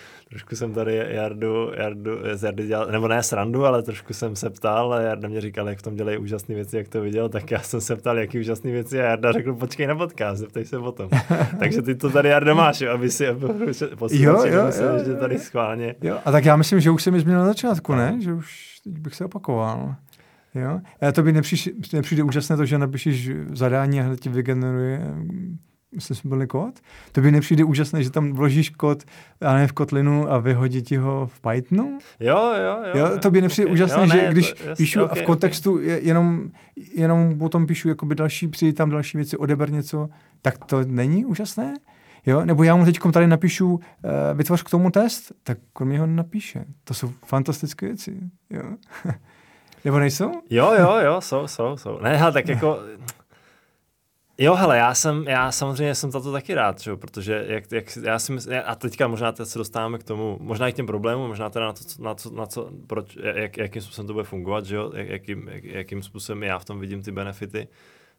Jardy dělal, nebo ne srandu, ale trošku jsem se ptal a Jarda mě říkal, jak v tom dělají úžasné věci, jak to viděl, tak já jsem se ptal, jaký úžasné věci a Jarda řekl, počkej na podcast, zeptej se potom. Takže ty to tady, Jarda, máš, jo, aby si posluchači nemysleli, že tady schválně. Jo, a tak já myslím, že už se mi změnil na začátku, ne? Že už teď bych se opakoval. Jo? A to by nepřijde úžasné to, že napíšeš zadání a hned ti vygeneruje smyslný kód? To by nepřijde úžasné, že tam vložíš kód, ale ne v Kotlinu a vyhodí ti ho v Pythonu? Jo. To by nepřijde úžasné, že když píšu a v kontextu jenom potom píšu jakoby přijde tam další věci, odeber něco, tak to není úžasné? Jo? Nebo já mu teď tady napíšu, vytvoř k tomu test, tak on mi ho napíše. To jsou fantastické věci. Jo? Nebo nejsou? Jo, jsou. Ne, hele, tak jako... Jo, hele, já samozřejmě jsem za to taky rád, že? Protože já si myslím, a teďka možná se dostáváme k tomu, možná i k těm problémům, možná teda proč, jakým způsobem to bude fungovat, že jo? Jakým způsobem já v tom vidím ty benefity,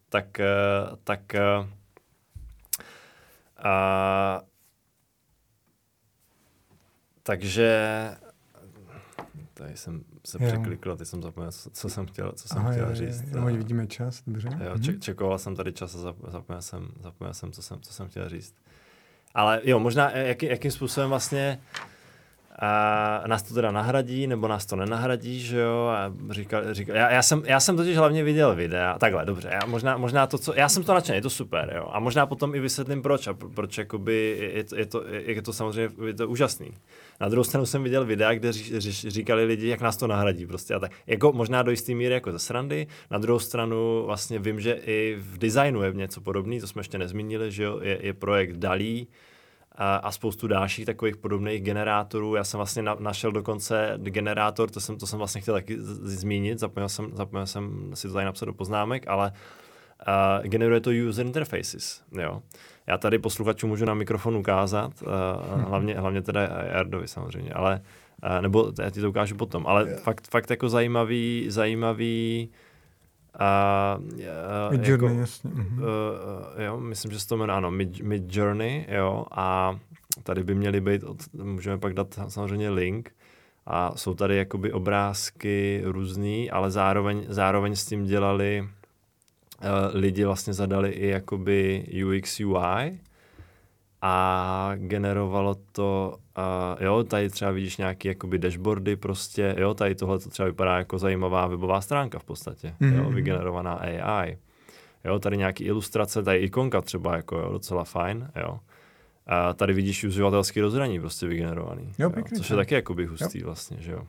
takže tady jsem se překlikl, teď jsem zapomněl, co jsem chtěl říct. Vidíme čas, dobře. Jo, čekoval jsem tady čas a zapomněl jsem, co jsem chtěl říct. Ale jo, možná jakým způsobem vlastně nás to teda nahradí, nebo nás to nenahradí, že jo, a říkal, já jsem totiž hlavně viděl videa, takhle, dobře, možná to, já jsem to nadšený, je to super, jo, a možná potom i vysvětlím proč, a proč jakoby je to samozřejmě je to úžasný. Na druhou stranu jsem viděl videa, kde říkali lidi, jak nás to nahradí prostě a tak, jako možná do jistý míry jako ze srandy, na druhou stranu vlastně vím, že i v designu je něco podobný, to jsme ještě nezmínili, že jo, je projekt DALL-E, a spoustu dalších takových podobných generátorů. Já jsem vlastně našel dokonce generátor, to jsem vlastně chtěl taky zmínit, zapomněl jsem si to tady napsat do poznámek, ale generuje to user interfaces. Jo. Já tady posluchačům můžu na mikrofon ukázat, hlavně teda Jardovi samozřejmě, ale, nebo já ti to ukážu potom, ale fakt jako zajímavý Midjourney, jako, jasně. Jo, myslím, že se to jmenuje, ano, Midjourney, jo, a tady by měly být, můžeme pak dát samozřejmě link, a jsou tady jakoby obrázky různý, ale zároveň s tím dělali, lidi vlastně zadali i jakoby UX UI a generovalo to, jo, tady třeba vidíš nějaký jakoby dashboardy prostě, jo, tady tohle to třeba vypadá jako zajímavá webová stránka v podstatě, jo, vygenerovaná AI. Jo, tady nějaký ilustrace, tady ikonka třeba jako, jo, docela fajn, jo. A tady vidíš uživatelský rozhraní prostě vygenerovaný, jo, což je taky jakoby hustý vlastně, že jo.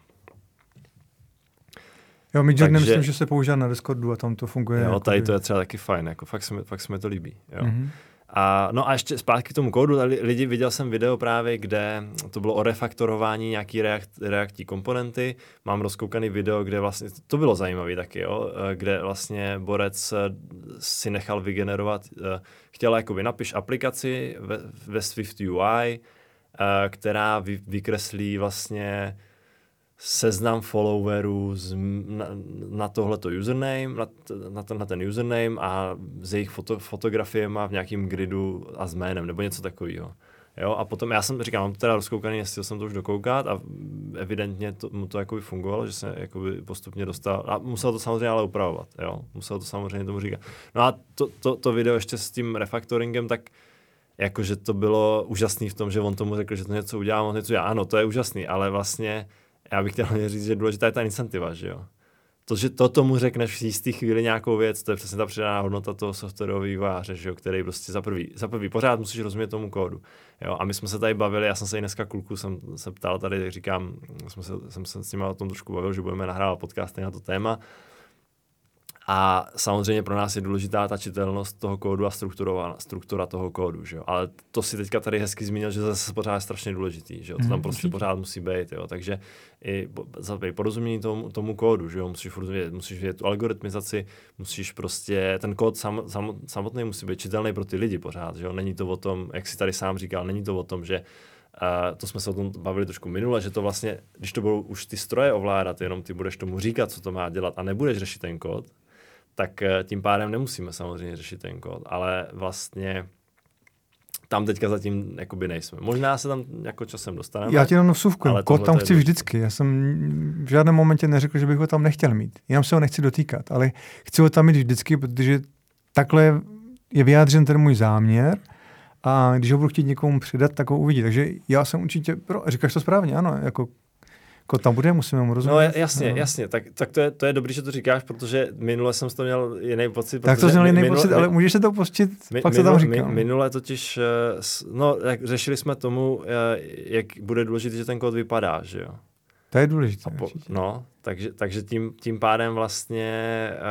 Jo, Midjourney myslím, že se používá na Discordu a tam to funguje. Jo, tady to je třeba taky fajn, jako fakt se mi to líbí, jo. No a ještě zpátky k tomu kódu, lidi, viděl jsem video právě, kde to bylo o refaktorování nějaký reaktní komponenty, mám rozkoukaný video, kde vlastně, to bylo zajímavé taky, jo, kde vlastně borec si nechal vygenerovat, chtěl jakoby napiš aplikaci ve Swift UI, která vykreslí vlastně seznam followerů na tohleto username, na ten username a s jejich fotografiemi v nějakým gridu a s jménem, nebo něco takového. Jo, a potom já jsem říkal, mám to teda rozkoukaný, jestli jsem to už dokoukat a evidentně mu to jakoby fungovalo, že se jakoby postupně dostal a musel to samozřejmě ale upravovat, jo, musel to samozřejmě tomu říkat. No a to video ještě s tím refaktoringem, tak jakože to bylo úžasný v tom, že on tomu řekl, že to něco udělá, on něco udělá. Ano, to je úžasný, ale vlastně já bych chtěl říct, že důležitá je ta incentiva, že jo. To, že to tomu řekneš v jistý chvíli nějakou věc, to je přesně ta přidaná hodnota toho softwarového vývojáře, že jo, který prostě za prvý pořád musíš rozumět tomu kódu. Jo, a my jsme se tady bavili, já jsem se i dneska kluků jsem se ptal tady, říkám, jsem se s nimi o tom trošku bavil, že budeme nahrávat podcasty na to téma. A samozřejmě pro nás je důležitá ta čitelnost toho kódu a struktura toho kódu, že jo. Ale to si teďka tady hezky zmínil, že zase pořád je strašně důležitý, že jo. To tam prostě pořád musí být, jo. Takže i porozumění tomu kódu, že jo. Musíš vědět tu algoritmizaci, musíš prostě, ten kód samotný musí být čitelný pro ty lidi pořád, že jo. Není to o tom, jak jsi tady sám říkal, není to o tom, že to jsme se o tom bavili trošku minule, že to vlastně, když to budou už ty stroje ovládat, jenom ty budeš tomu říkat, co to má dělat a nebudeš řešit ten kód, tak tím pádem nemusíme samozřejmě řešit ten kód, ale vlastně tam teďka zatím jakoby nejsme. Možná se tam jako časem dostaneme. Já ti jenom vsuvku, kód tam chci vždycky. Já jsem v žádném momentě neřekl, že bych ho tam nechtěl mít. Jenom se ho nechci dotýkat, ale chci ho tam mít vždycky, protože takhle je vyjádřen ten můj záměr a když ho budu chtít někomu přidat, tak ho uvidí. Takže já jsem určitě říkáš to správně, ano, jako kód tam bude, musíme mu rozumět. No jasně, tak to je dobrý, že to říkáš, protože minule jsem z toho měl jiný pocit. Tak to měl jiný pocit, ale můžeš se to pustit, pak to tam říkám. Minule totiž, řešili jsme tomu, jak bude důležité, že ten kód vypadá, že jo. To je důležité. Takže tím pádem vlastně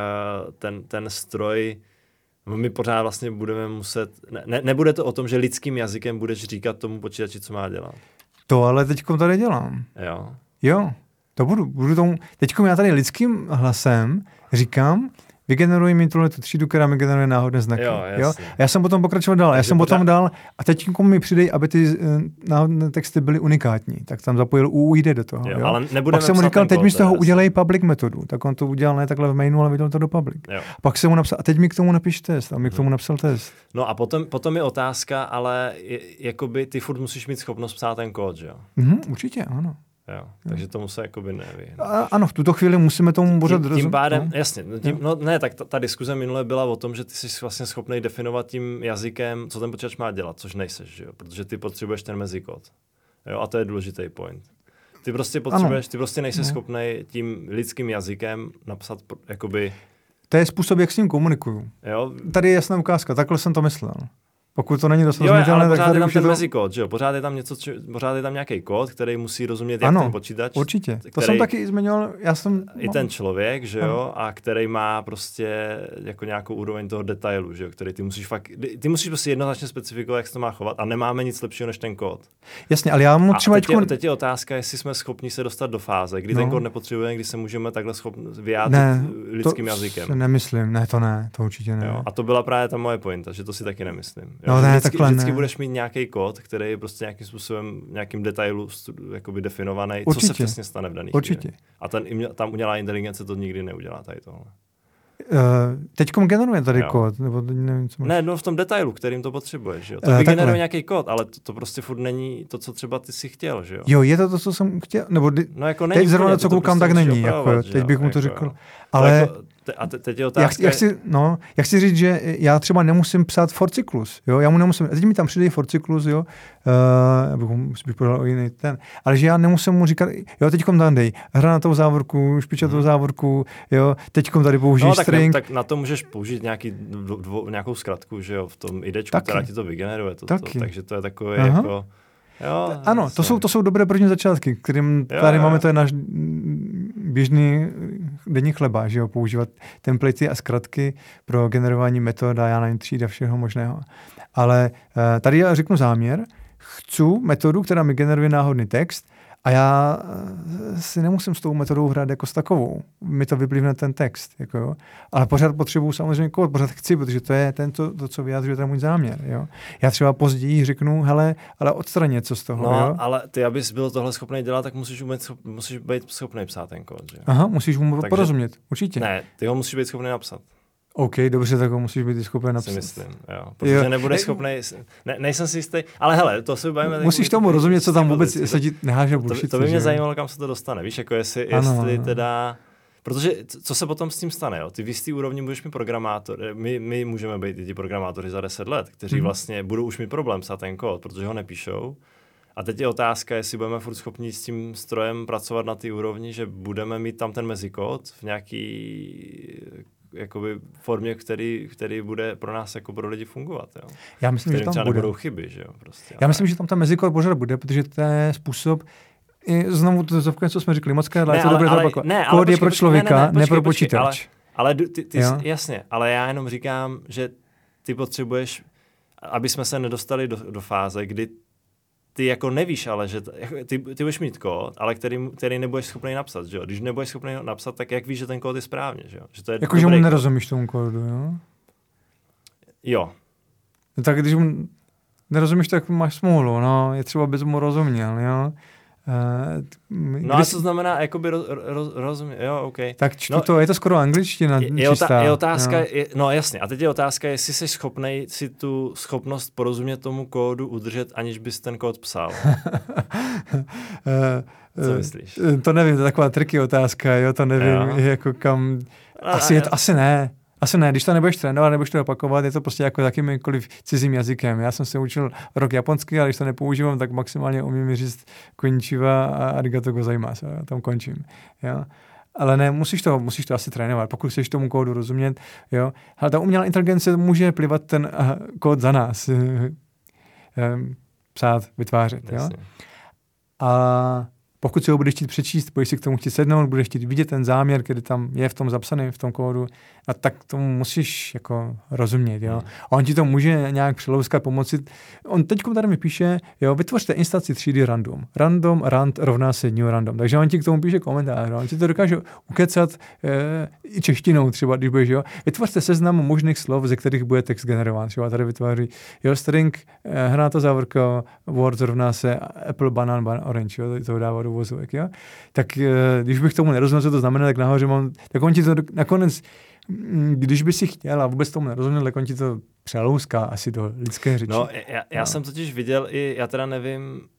ten stroj, my pořád vlastně budeme muset, nebude to o tom, že lidským jazykem budeš říkat tomu počítači, co má dělat. To ale teďkom tady dělám. Jo, to budu tomu, teďkom já tady lidským hlasem říkám, vygeneruji mi tuhle tu třídu, která mi generuje náhodné znaky. Jo? A já jsem potom pokračoval dál. Dál a teď mi přidej, aby ty náhodné texty byly unikátní. Tak tam zapojil UID do toho. Jo? Ale pak jsem mu říkal, teď mi z toho udělej public metodu. Tak on to udělal ne takhle v mainu, ale vydal to do public. Jo. Pak jsem mu napsal, a teď mi k tomu napiš test. A mi k tomu napsal test. No a potom je otázka, ale jakoby ty furt musíš mít schopnost psát ten kód, že jo? Určitě, ano. Jo, takže tomu se jakoby neví. Ano, v tuto chvíli musíme tomu pořád rozumět. Tím pádem, jasně, tak ta diskuze minule byla o tom, že ty jsi vlastně schopný definovat tím jazykem, co ten počítač má dělat, což nejseš, že jo? Protože ty potřebuješ ten mezikód. Jo, a to je důležitý point. Ty prostě potřebuješ, ty prostě nejsi schopnej tím lidským jazykem napsat jakoby... To je způsob, jak s ním komunikuju. Jo? Tady je jasná ukázka, takhle jsem to myslel. Pokud to není dost rozumitelné, tak tady je tam ten to... mezikód, že jo? Pořád je tam nějaký kód, který musí rozumět jak ten počítač. Určitě. Který, to jsem taky zmiňoval, i ten člověk, že jo? A který má prostě jako nějakou úroveň toho detailu, že jo? Který ty musíš prostě jednoznačně specifikovat, jak se to má chovat a nemáme nic lepšího než ten kód. Jasně, ale já mu třeba teď je otázka, jestli jsme schopni se dostat do fáze, kdy ten kód nepotřebujeme, kdy se můžeme takhle vyjádřit lidským jazykem. Nemyslím, to určitě ne. Jo? A to byla právě ta moje pointa, že to si taky nemyslím. No, vždycky budeš mít nějaký kód, který je prostě nějakým způsobem, nějakým detailu jakoby definovaný, co se přesně stane v daný chvíli. A tam udělá inteligence to nikdy neudělá tady tohle. Teďkom generuje tady kód, nebo nevím, co máš. Ne, v tom detailu, kterým to potřebuješ, že jo. To vygeneruje nějaký kód, ale to prostě furt není to, co třeba ty si chtěl, že jo. Jo, je to, co jsem chtěl, nebo jako teď zrovna, co koukám, tak není, jako, teď bych mu to řekl. Ale a teď je otázka... Já chci říct, že já třeba nemusím psát for cyklus, jo, já mu nemusím, teď mi tam přijde for cyklus, jo, bych podal o jiný ten, ale že já nemusím mu říkat, jo, teďkom tam dej, hranatou závorku, špičatou závorku, jo, teďkom tady použiješ string. Tak na to můžeš použít nějakou zkratku, že jo, v tom idečku, která ti to vygeneruje, takže to je takové jako... Jo, ano, to jsou dobré první začátky, kterým tady máme, to je náš běžný denní chleba, že jo, používat templatey a zkratky pro generování metod a já nevím, tříd a všeho možného. Ale tady já řeknu záměr, chci metodu, která mi generuje náhodný text a já si nemusím s tou metodou hrát jako s takovou. Mi to vyplivne ten text, jako jo. Ale pořád potřebuju samozřejmě kód, pořád chci, protože to je to, co vyjádřuje ten můj záměr, jo. Já třeba později řeknu, hele, ale odstraň něco z toho, jo. Ale ty, abys byl tohle schopný dělat, tak musíš být schopný psát ten kód, že? Aha, musíš mu porozumět, určitě. Ne, ty ho musíš být schopný napsat. OK, dobře, tak ho musíš být schopný napsat. Si myslím, jo. Protože nebudeš schopný, nejsem si jistý, ale hele, to se bavíme... Musíš tomu rozumět, co tam vůbec se ti neháže bullshit. To by mě zajímalo, kam se to dostane, víš, jako jestli teda... Protože co se potom s tím stane, jo? Ty v jistý úrovni budeš mít programátor, my můžeme být i ti programátoři za 10 let, kteří vlastně budou už mít problém psát ten kód, protože ho nepíšou. A teď je otázka, jestli budeme furt schopni s tím strojem pracovat na té úrovni, že budeme mít tam ten mezikód v nějaký jakoby formě, který bude pro nás jako pro lidi fungovat, jo. Já myslím, že tam třeba bude. Nebudou chyby, že jo, prostě. Já myslím, že tam ten mezikód pořád bude, protože to je způsob, znovu to zovkuje, co jsme řekli, moc krát, ale to dobré zapakovat. Kód je pro člověka, ne pro počítač. Ale ty jasně, ale já jenom říkám, že ty potřebuješ, aby jsme se nedostali do fáze, kdy ty jako nevíš, ale že ty budeš mít kód, ale který nebudeš schopný napsat, že jo? Když nebudeš schopný napsat, tak jak víš, že ten kód je správně, že jo? Že to je jako, že mu nerozumíš tomu kódu, jo? Jo. No, tak když mu nerozumíš, tak máš smůlu, no, je třeba, abys mu rozuměl, jo? No a co znamená, jakoby rozumět, jo, OK. Tak je to skoro angličtina čistá. Je otázka, no jasně, a teď je otázka, jestli jsi schopnej si tu schopnost porozumět tomu kódu udržet, aniž bys ten kód psal. Co myslíš? To nevím, to je taková triky otázka, jo, to nevím, jako kam, asi ne. Asi ne, když to nebudeš trénovat, nebudeš to opakovat, je to prostě jako jakýmkoliv cizím jazykem. Já jsem se učil rok japonsky, ale když to nepoužívám, tak maximálně umím říct konnichiwa a arigato gozaimasu. Tam končím. Jo? Ale ne, musíš to asi trénovat, pokud chceš tomu kódu rozumět. Jo? Ale ta umělá inteligence může plivat ten kód za nás. Psát, vytvářet. Jo? A pokud si ho budeš chtít přečíst, budeš si k tomu chtít sednout, budeš chtít vidět ten záměr, který tam je v tom zapsaný, v tom kódu, a tak tomu musíš jako rozumět, jo. A on ti to může nějak přelouskat, pomoci. On teďko tady mi píše, jo, vytvořte instanci třídy random. Random, rand rovná se new random. Takže on ti k tomu píše komentář, on ti to dokáže ukecat i češtinou třeba, když budeš, jo. Vytvořte seznam možných slov, ze kterých bude text generován. Třeba tady vytváří, jo, string, hranata závorka, word rovná se apple, banan, orange, jo, to dává do vozovek, jo. Tak když bych tomu nerozuměl, co to znamená, tak nahoře mám, tak on ti to nakonec, když by si chtěl a vůbec tomu nerozuměl, tak on ti to přelouská asi do lidské řeči. No, já jsem totiž viděl já teda nevím,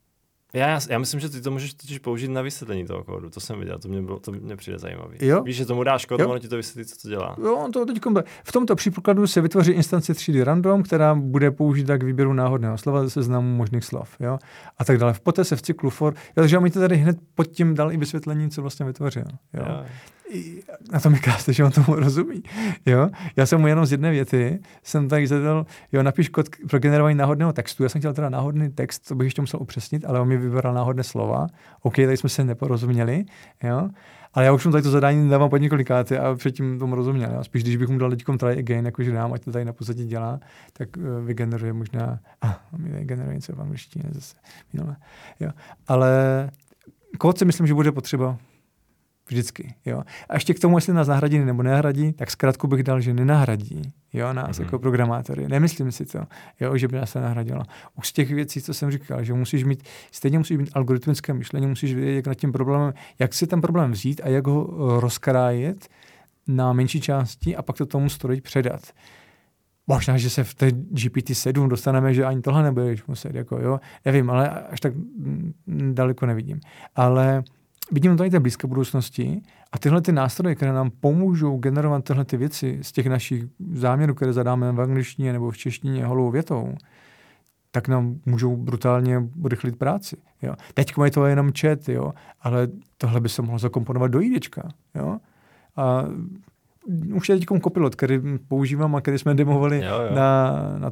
Já myslím, že ty to můžeš totiž použít na vysvětlení toho kódu. To jsem viděl, to mě přijde zajímavý. Jo? Víš, že tomu dáš kód, ono ti to vysvětlí, co to dělá. Jo, on to teď v tomto příkladu se vytvoří instance třídy random, která bude použita k výběru náhodného slova ze seznamu možných slov, jo? A tak dále. Poté se v cyklu for, takže on mi to tady hned pod tím dal i vysvětlení, co vlastně vytvořil, jo? Na to mi krásně, že on tomu rozumí. Jo? Já jsem mu jenom z jedné věty, jsem tady zadal, napiš kód pro generování náhodného textu. Já jsem chtěl teda náhodný text, to bych ještě musel upřesnit, ale on mi vybral náhodné slova. OK, tady jsme se neporozuměli, jo? Ale já už mu tady to zadání dávám pod několikáty a předtím tomu rozuměl. Jo? Spíš, když bych mu dal teďkom try again, jakože dám, ať to tady na podstatě dělá, tak vygeneruje možná, vygeneruje něco v angličtině zase minule. Jo? Ale kód si myslím, že bude potřeba vždycky, jo. A ještě k tomu, jestli nás nahradí nebo nenahradí, tak zkrátku bych dal, že nenahradí, jo, nás jako programátory. Nemyslím si to, jo, že by nás to nahradilo. Už z těch věcí, co jsem říkal, že stejně musíš mít algoritmické myšlení, musíš vědět, jak nad tím problémem, jak si ten problém vzít a jak ho rozkrájet na menší části a pak to tomu stroji předat. Možná, že se v té GPT-7 dostaneme, že ani tohle nebudeš muset, jako jo, nevím, ale až tak daleko nevidím. Ale vidím tady té blízké budoucnosti a tyhle ty nástroje, které nám pomůžou generovat tyhle ty věci z těch našich záměrů, které zadáme v angličtině nebo v češtině holou větou, tak nám můžou brutálně urychlit práci. Jo. Teď je to jenom chat, jo, ale tohle by se mohlo zakomponovat do IDčka. Jo. A už je teď Copilot, který používám a který jsme demovali na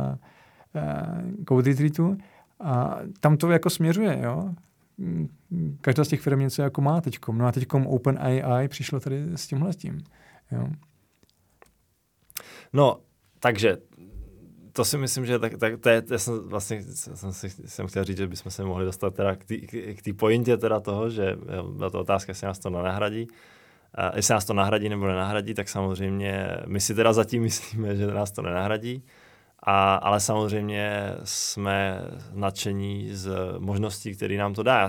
Code Retreatu a tam to jako směřuje, jo. Každá z těch firm něco jako má teďkom. No a teďkom OpenAI přišlo tady s tímhletím. Jo. No, takže to si myslím, že to je, jsem chtěl říct, že bychom se mohli dostat teda k té pointě teda toho, že byla to otázka, jestli nás to nenahradí. Jestli nás to nahradí nebo nenahradí, tak samozřejmě my si teda zatím myslíme, že nás to nenahradí. Ale samozřejmě jsme nadšení z možností, které nám to dá.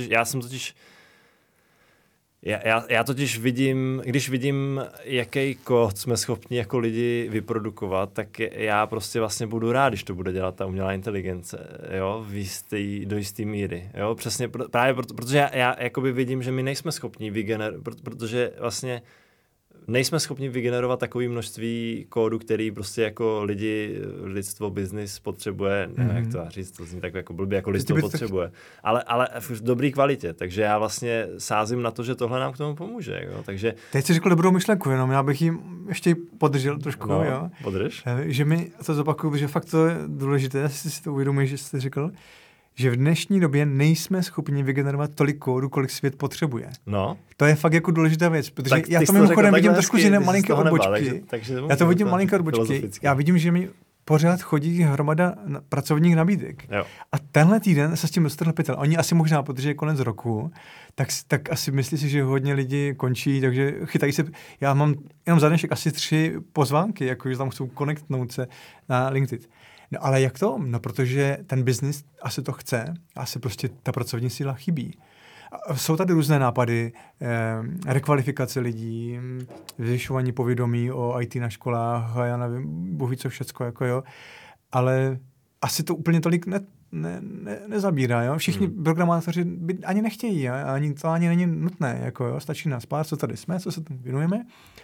Já totiž vidím, když vidím, jaký kód jsme schopni jako lidi vyprodukovat, tak já prostě vlastně budu rád, když to bude dělat ta umělá inteligence, jo, do jisté míry, jo, přesně právě protože já jakoby vidím, že my nejsme schopni protože vlastně nejsme schopni vygenerovat takové množství kódu, který prostě jako lidstvo, business potřebuje, nevím, jak to říct, to zní tak jako blbě, jako lidstvo potřebuje, ale v dobré kvalitě, takže já vlastně sázím na to, že tohle nám k tomu pomůže, jo, takže... Teď jsi řekl dobrou myšlenku, jenom já bych jim ještě podržel trošku, jo. Podrž? Že mi to zopakuju, že fakt to je důležité, jestli si to uvědomíš, že jsi řekl, že v dnešní době nejsme schopni vygenerovat tolik kódu, kolik svět potřebuje. No. To je fakt jako důležitá věc, protože já to mimochodem vidím trošku z jiné malinké odbočky. Já to vidím malinké odbočky. Já vidím, že mi pořád chodí hromada pracovních nabídek. Jo. A tenhle týden se s tím dostal pytel. Oni asi možná, protože je konec roku, tak asi myslí si, že hodně lidí končí, takže chytají se. Já mám jenom za dnešek asi 3 pozvánky, jakože tam chcou connectnout se na LinkedIn. No ale jak to? No protože ten biznis asi to chce, asi prostě ta pracovní síla chybí. Jsou tady různé nápady, rekvalifikace lidí, zvyšování povědomí o IT na školách a já nevím, bohu co všecko, jako jo. Ale asi to úplně tolik nezabírá, jo. Všichni programátoři by ani nechtějí, ani není nutné, jako jo. Stačí nás pár, co tady jsme, co se tomu věnujeme.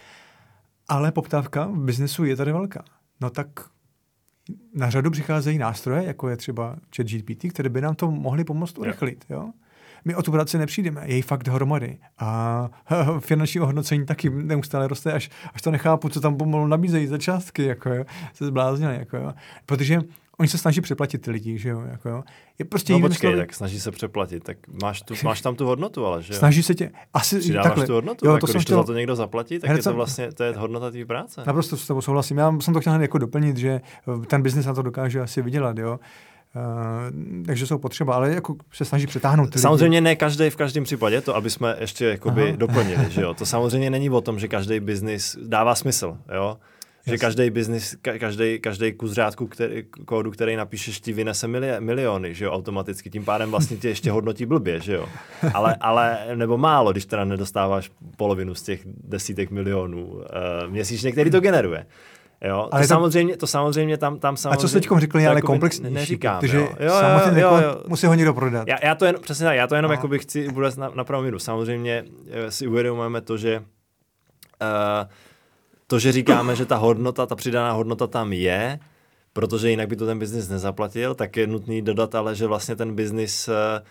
Ale poptávka v biznesu je tady velká. No tak na řadu přicházejí nástroje, jako je třeba ChatGPT, které by nám to mohly pomoct urychlit. Jo? My o tu práci nepřijdeme, je jí fakt hromady. A finanční ohodnocení taky neustále roste, až to nechápu, co tam pomalu nabízejí za částky, jako jo, se zbláznili, jako jo. Protože oni se snaží přeplatit ty lidi, že jo, jako jo. Je prostě počkej, tak snaží se přeplatit, tak máš tam tu hodnotu, ale že jo. Snaží se tě, asi přidáváš takhle. Tu hodnotu, jo, jako když to za to někdo zaplatí, tak je to vlastně, to je hodnota té práce. Naprosto s tebou souhlasím, já jsem to chtěl jako doplnit, že ten biznis na to dokáže asi vydělat, jo. Takže jsou potřeba, ale jako se snaží přetáhnout ty samozřejmě lidi. Ne každý v každém případě, to aby jsme ještě jakoby doplnili, že jo. To samozřejmě není o tom, že každý biznis dává smysl, jo. Že každý biznis, každý kus řádku kódu, který napíšeš, ti vynese miliony, že jo, automaticky. Tím pádem vlastně tě ještě hodnotí blbě, že jo. Ale nebo málo, když teda nedostáváš polovinu z těch desítek milionů měsíčně, který to generuje. Jo, to samozřejmě tam samozřejmě... A co jsi teďkom řekl, je ale komplexnější, neříkám, protože jo, samozřejmě musí ho někdo prodat. Já to jenom jakoby chci vůbec na pravou míru. Samozřejmě si uvědomujeme to, že říkáme, že ta přidaná hodnota tam je, protože jinak by to ten biznis nezaplatil, tak je nutný dodat, ale že vlastně ten biznis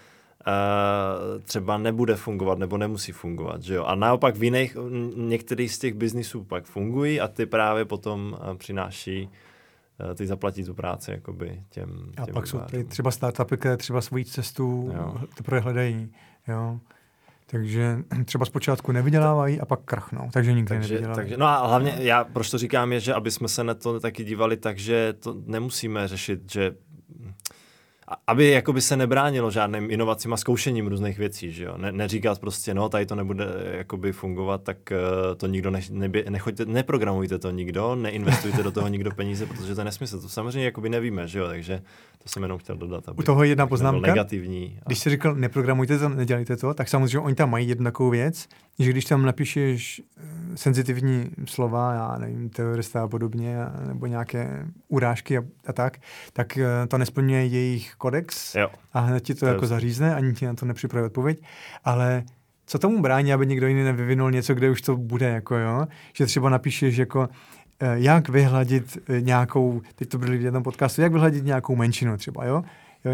třeba nebude fungovat nebo nemusí fungovat, že jo? A naopak některých z těch biznisů pak fungují a ty právě potom přináší, ty zaplatí tu práci jakoby těm a pak jsou tady třeba startupy, které třeba svoji cestu teprve hledají, jo? Takže třeba zpočátku nevydělávají a pak krachnou, takže nikdy nevydělávají. No a hlavně proč to říkám je, že aby jsme se na to taky dívali, takže to nemusíme řešit, že aby jakoby se nebránilo žádným inovacím a zkoušením různých věcí, že jo. Neříkat prostě, tady to nebude jakoby fungovat, tak to nikdo neprogramujte to nikdo, neinvestujte do toho nikdo peníze, protože to je nesmysl. To samozřejmě jakoby nevíme, že jo, takže to jsem jenom chtěl dodat, aby u toho jedna poznámka, negativní. Když jsi říkal, neprogramujte to, nedělejte to, tak samozřejmě oni tam mají jednu takovou věc, že když tam napíšeš senzitivní slova, já nevím, terorista a podobně, nebo nějaké urážky a tak to nesplňuje jejich kodex a hned ti to jako zařízne, ani ti na to nepřipraví odpověď, ale co tomu brání, aby někdo jiný nevyvinul něco, kde už to bude, jako jo, že třeba napíšeš jako jak vyhladit nějakou, teď to byli v jednom podcastu, jak vyhladit nějakou menšinu třeba, jo?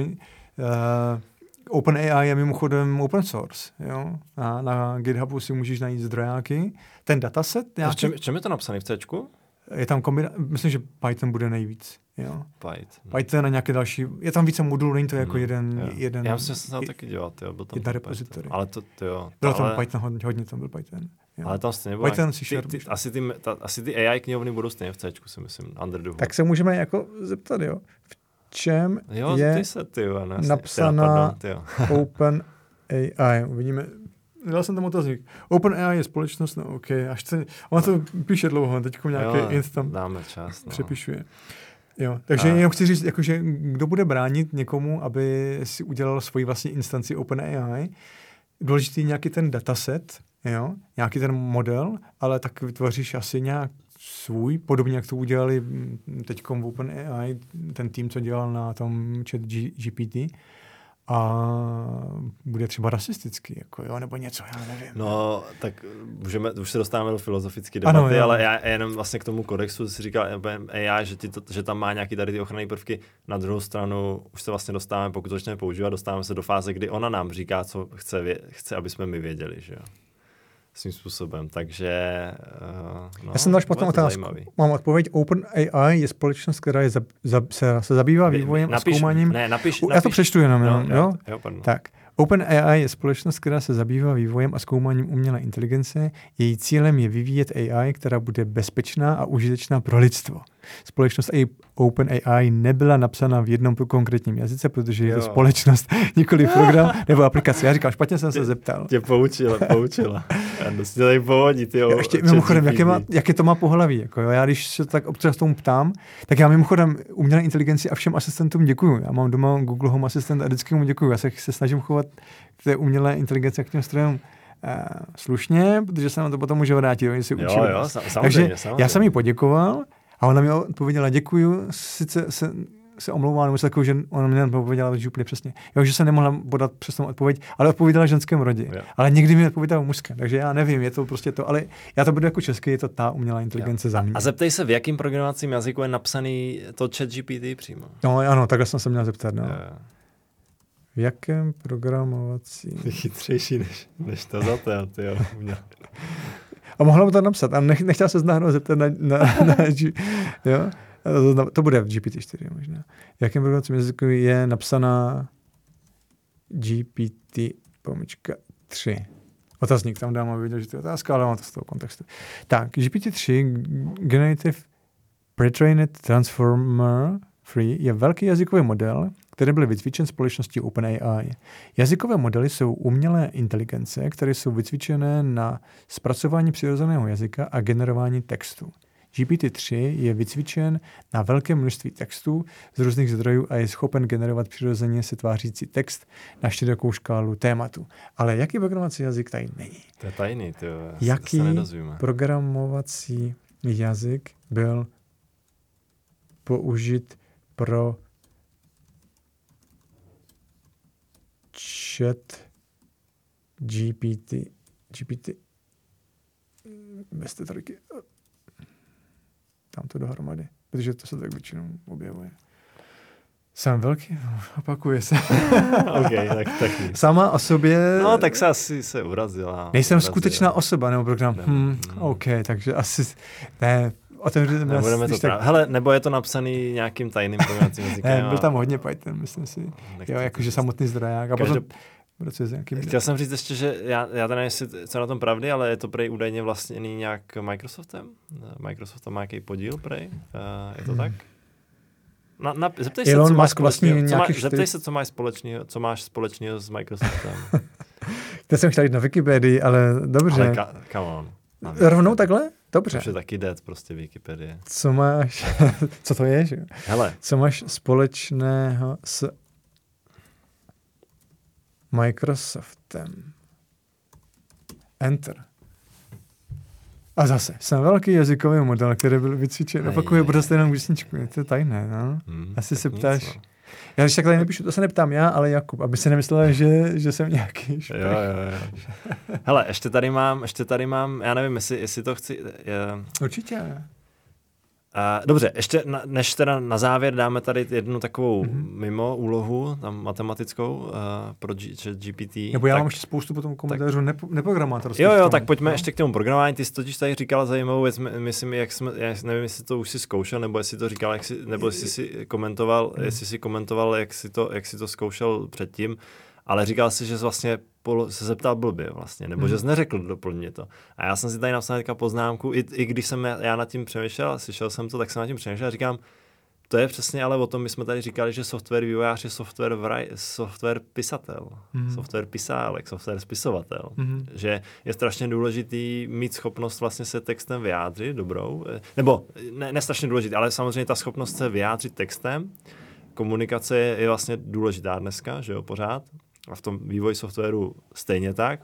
OpenAI je mimochodem open source, jo? Na GitHubu si můžeš najít zdrojáky. Ten dataset... V čem je to napsané? V Cčku? Je tam myslím, že Python bude nejvíc. Jo? Python a nějaké další... Je tam více modulů, není to jako jeden... Já myslím, že jsem se taky dělat, jo. Byl tam jedna repository. Ale to jo. Bylo tam Python, hodně tam byl Python. Jo. Ale tam stejně bylo... Python asi ty AI knihovny budou stejně v Cčku, si myslím, under the hood. Tak se můžeme jako zeptat, jo. V čem je napsaná OpenAI? Uvidíme. Dal jsem tam otazník. OpenAI je společnost, no OK. Ona to píše dlouho, teď nějaký instant dáme čas, přepišuje. Jo, takže jenom chci říct, jakože, kdo bude bránit někomu, aby si udělal svoji vlastní instanci OpenAI, důležitý nějaký ten dataset, jo, nějaký ten model, ale tak vytvoříš asi nějak svůj, podobně jak to udělali teďkom v OpenAI, ten tým, co dělal na tom ChatGPT, a bude třeba rasistický, jako jo, nebo něco, já nevím. No, tak už se dostáváme do filozofické debaty, ano, ale já jenom vlastně k tomu kodexu si říkal AI, že tam má nějaký tady ty ochranné prvky. Na druhou stranu už se vlastně dostáváme, pokud začneme používat, dostáváme se do fáze, kdy ona nám říká, co chce, aby jsme my věděli, že jo. Svým způsobem, takže... Já jsem dal špatnou otázku. Mám odpověď. OpenAI je společnost, která se zabývá vývojem a zkoumáním... Já to přečtu jenom, jo? Tak. OpenAI je společnost, která se zabývá vývojem a zkoumáním umělé inteligence. Její cílem je vyvíjet AI, která bude bezpečná a užitečná pro lidstvo. Společnost OpenAI nebyla napsána v jednom konkrétním jazyce, protože je to společnost, nikoli program nebo aplikace. Já říkal, špatně jsem se zeptal. Tě poučila. Si tady pohodit, jo. Ještě mimochodem, jaké to má pohlaví. Jako, jo? Já když se tak občas tomu ptám, tak já mimochodem umělé inteligenci a všem asistentům děkuju. Já mám doma Google Home Assistant a vždycky mu děkuju. Já se snažím chovat k té umělé inteligenci a k těm strojům slušně, protože se nám to potom může vrátit. Jo, takže já jsem jí poděkoval a ona mi odpověděla děkuju, sice se omlouvá, nebo takovou, že ona mi neodpověděla úplně přesně. Jo, že se nemohla podat přesnou odpověď, ale odpověděla ženském rodě. Yeah. Ale někdy mi odpověděla mužské, takže já nevím, je to prostě to, ale já to budu jako česky, je to ta umělá inteligence za mě. A zeptej se, v jakém programovacím jazyku je napsaný to ChatGPT přímo? No ano, takhle jsem se měl zeptat, no. Yeah. V jakém programovacím? Ty chytřejší než to za to, jo. A mohla mu to napsat, a nechtěla se znáhnout zeptat jo? To bude v GPT-4 možná. V jakém programovacím jazyku je napsaná GPT-3? Otazník tam dám, aby viděl, že to je otázka, ale mám to z toho kontextu. Tak, GPT-3 Generative Pre-trained Transformer 3 je velký jazykový model, který byl vycvičen společností OpenAI. Jazykové modely jsou umělé inteligence, které jsou vycvičené na zpracování přirozeného jazyka a generování textu. GPT-3 je vycvičen na velké množství textů z různých zdrojů a je schopen generovat přirozeně se tvářící text na širokou škálu tématu. Ale jaký programovací jazyk tady není? To je tajný, jaký programovací jazyk byl použit pro chat GPT bez té trojky. Tam to dohromady, protože to se tak většinou objevuje. Jsem velký, opakuje se. OK, tak Sama o sobě... No, tak se asi se urazila. Nejsem skutečná osoba, nebo program. OK, takže asi... Ne, nebudeme to tak... Hele, nebo je to napsaný nějakým tajným programovacím jazykem. Byl tam hodně Python, myslím si. Jo, jakože samotný zdroják. A potom... Chtěl jsem říct ještě, že já tady nevím, co na tom pravdy, ale je to prej údajně vlastněný nějak Microsoftem. Microsoft tam má nějaký podíl prej. Je to tak? Zeptej se, Elon Musk vlastní nějakých zeptej se, co máš společného s Microsoftem. To jsem chtěl jít na Wikipedii, ale dobře. Ale come on. Rovnou takhle? Dobře. Už je taky dead prostě Wikipedie. Co máš, co to je, že? Hele. Co máš společného s Microsoftem? Enter. A zase, jsem velký jazykový model, který byl vycvičen. Opakuje prostě jenom písničku. Je to tajné, no? Asi se ptáš. No. Já když takhle nepíšu, to se neptám já, ale Jakub, aby si nemyslela, že jsem nějaký špek. Jo. Hele, ještě tady mám, já nevím, jestli to chci... Určitě. Dobře, ještě než teda na závěr dáme tady jednu takovou mimo úlohu, tam matematickou pro GPT. Nebo já mám ještě spoustu potom komentářů neprogramátorských. Jo, tak pojďme ještě k tomu programování. Ty jsi totiž tady říkal zajímavou věc, myslím, já nevím, jestli to už si zkoušel, nebo jestli to říkal, nebo jestli si komentoval, jak si to zkoušel předtím, ale říkal jsi, že jsi vlastně se zeptal blbě vlastně, nebo že jsi neřekl doplně to. A já jsem si tady napsal teďka poznámku, i když jsem já nad tím přemýšlel, slyšel jsem to, tak jsem nad tím přemýšlel a říkám, to je přesně ale o tom, my jsme tady říkali, že software vývojář je software pisatel, software pisálek, software spisovatel. Že je strašně důležitý mít schopnost vlastně se textem vyjádřit dobrou, nebo ne strašně důležitý, ale samozřejmě ta schopnost se vyjádřit textem, komunikace je vlastně důležitá dneska, že jo, pořád. A v tom vývoji softwaru stejně tak.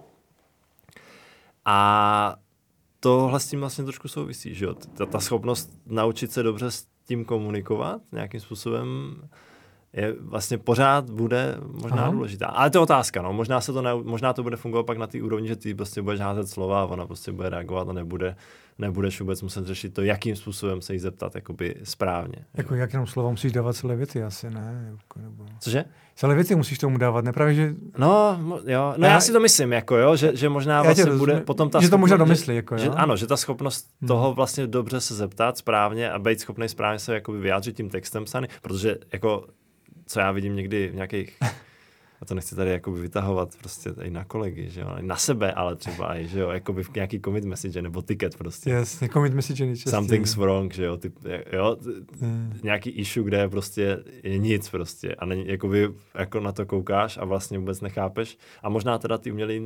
A tohle s tím vlastně trošku souvisí, že jo. Ta schopnost naučit se dobře s tím komunikovat nějakým způsobem je vlastně pořád bude možná důležitá. Ale to je otázka, no. Možná to bude fungovat pak na té úrovni, že ty prostě budeš házet slova a ona prostě bude reagovat a nebudeš vůbec muset řešit to, jakým způsobem se jí zeptat jakoby správně. Jako jak jenom slova musíš dávat celé věty asi, ne? Nebo... Cože? Celé věci musíš tomu dávat, nepravě, že... No, jo. No já si to myslím, jako jo, že možná vlastně bude potom ta schopnost... Že to možná domyslí, jako jo? Ano, že ta schopnost toho vlastně dobře se zeptat správně a být schopný správně se jakoby vyjádřit tím textem psaný, protože jako co já vidím někdy v nějakých, a to nechci tady jakoby vytahovat prostě i na kolegy, že jo, na sebe, ale třeba i, že jo, jakoby v nějaký commit message nebo ticket prostě. Jasně, commit message nejčastěji. Something's wrong, že jo, nějaký issue, kde prostě je nic prostě a není, jakoby, jako na to koukáš a vlastně vůbec nechápeš a možná teda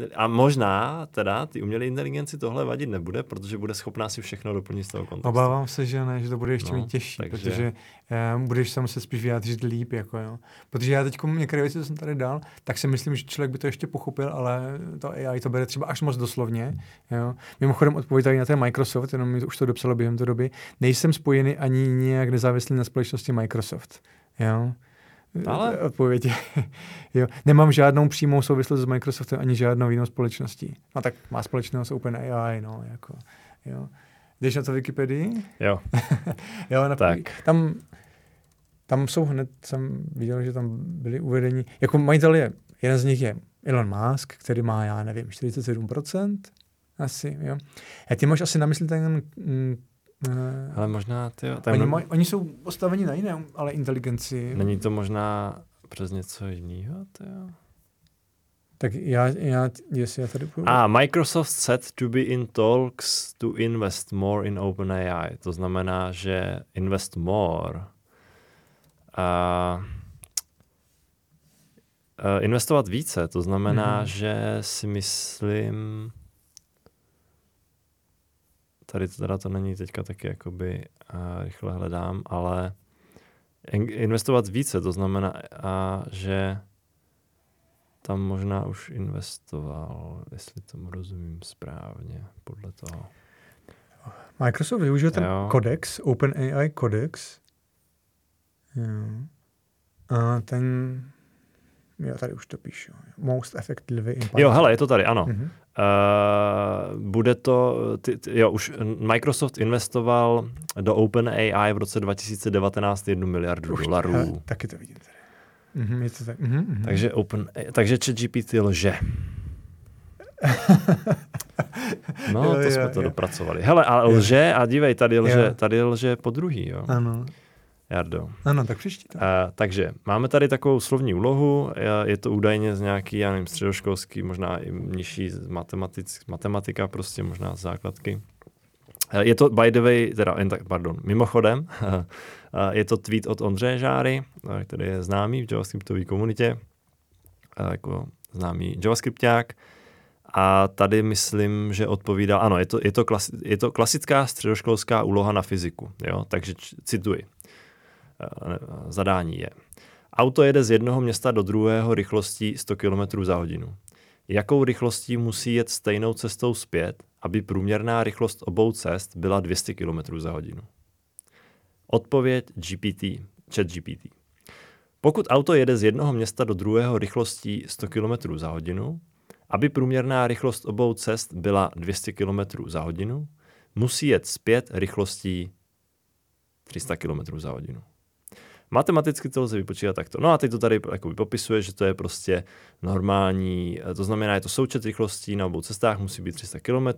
ty umělé inteligenci tohle vadit nebude, protože bude schopná si všechno doplnit z toho kontextu. Obávám se, že ne, že to bude ještě mít těžší, takže... protože budeš se muset spíš vyjádřit líp, jako jo. Protože já teď některé věci, co jsem tady dal, tak si myslím, že člověk by to ještě pochopil, ale to AI to bere třeba až moc doslovně. Jo. Mimochodem odpověď na ten Microsoft, jenom mi už to dopsalo během té doby, nejsem spojený ani nějak nezávislý na společnosti Microsoft. Jo. Ale odpověď je, jo. Nemám žádnou přímou souvislost s Microsoftem ani žádnou jinou společností. No tak má společného s OpenAI, no, jako, jo. Jdeš na to Wikipedii? Jo. Jo, tak. Tam jsou hned, jsem viděl, že tam byli uvedeni, jako majitel jeden z nich je Elon Musk, který má, já nevím, 47% asi, jo. A ty máš asi na mysli ten... ale možná, tyjo. Oni jsou postaveni na jiné, ale inteligenci. Není to možná přes něco jiného, tyjo? Tak jestli já tady půjdu. Microsoft said to be in talks to invest more in OpenAI. To znamená, že invest more. Investovat více, to znamená, že si myslím, tady teda to není teďka taky jakoby rychle hledám, ale investovat více, to znamená, že tam možná už investoval, jestli tomu rozumím správně, podle toho. Microsoft využil ten Codex, OpenAI Codex, Jo. A tady už to píšu. Most effectively in Python. Jo, hele, je to tady, ano. Bude to, už Microsoft investoval do OpenAI v roce 2019 $1 miliardu. Hele, taky to vidím tady. Je to tak. Takže ChatGPT lže. No, to jsme to dopracovali. Hele, a lže, a dívej, tady lže po druhý, jo. Ano. Jardo. Ano, tak příští to. Takže máme tady takovou slovní úlohu, je to údajně z nějaký, já nevím, středoškolský, možná i nižší matematika, prostě možná z základky. Je to, by the way, mimochodem, je to tweet od Ondřeje Žáry, který je známý v javascriptové komunitě, jako známý javascripták. A tady myslím, že odpovídá, ano, je to klasická středoškolská úloha na fyziku, jo? Takže cituji. Zadání je. Auto jede z jednoho města do druhého rychlostí 100 km za hodinu. Jakou rychlostí musí jet stejnou cestou zpět, aby průměrná rychlost obou cest byla 200 km za hodinu? Odpověď ChatGPT. Pokud auto jede z jednoho města do druhého rychlostí 100 km za hodinu, aby průměrná rychlost obou cest byla 200 km za hodinu, musí jet zpět rychlostí 300 km za hodinu. Matematicky to lze vypočítat takto. No a teď to tady jako popisuje, že to je prostě normální, to znamená, je to součet rychlostí na obou cestách, musí být 300 km.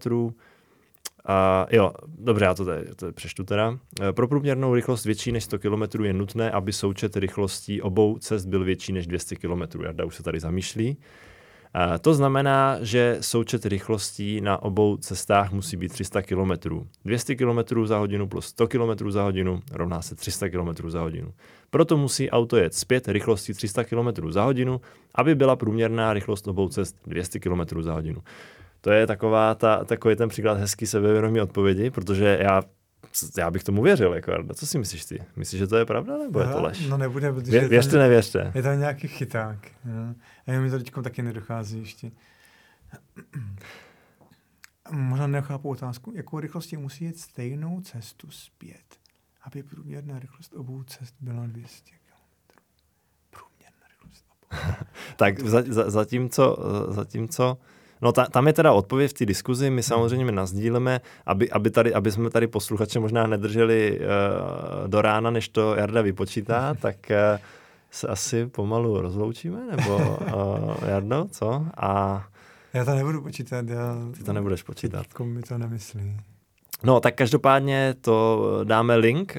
Dobře, já to přečtu teda. Pro průměrnou rychlost větší než 100 km je nutné, aby součet rychlostí obou cest byl větší než 200 km. Jarda už se tady zamýšlí. To znamená, že součet rychlostí na obou cestách musí být 300 km. 200 km za hodinu plus 100 km za hodinu rovná se 300 km za hodinu. Proto musí auto jet zpět rychlostí 300 km za hodinu, aby byla průměrná rychlost obou cest 200 km za hodinu. To je takový ten příklad hezký sebevědomí odpovědi, protože já bych tomu věřil. Jako, co si myslíš ty? Myslíš, že to je pravda, nebo je to lež? No nebude, protože věřte, nevěřte. Je tam nějaký chyták. No. A mi to teďkom taky nedochází ještě. Možná nechápu otázku, jakou rychlostí musí jet stejnou cestu zpět, aby průměrná rychlost obou cest byla 200 km. Průměrná rychlost obou. Tak zatímco no tam je teda odpověď v té diskuzi, my samozřejmě nazdílíme, aby jsme tady posluchače možná nedrželi do rána, než to Jarda vypočítá, tak se asi pomalu rozloučíme, nebo Jardo, co? Já to nebudu počítat. Ty to nebudeš počítat. Teďko mi to nemyslí. No, tak každopádně to dáme link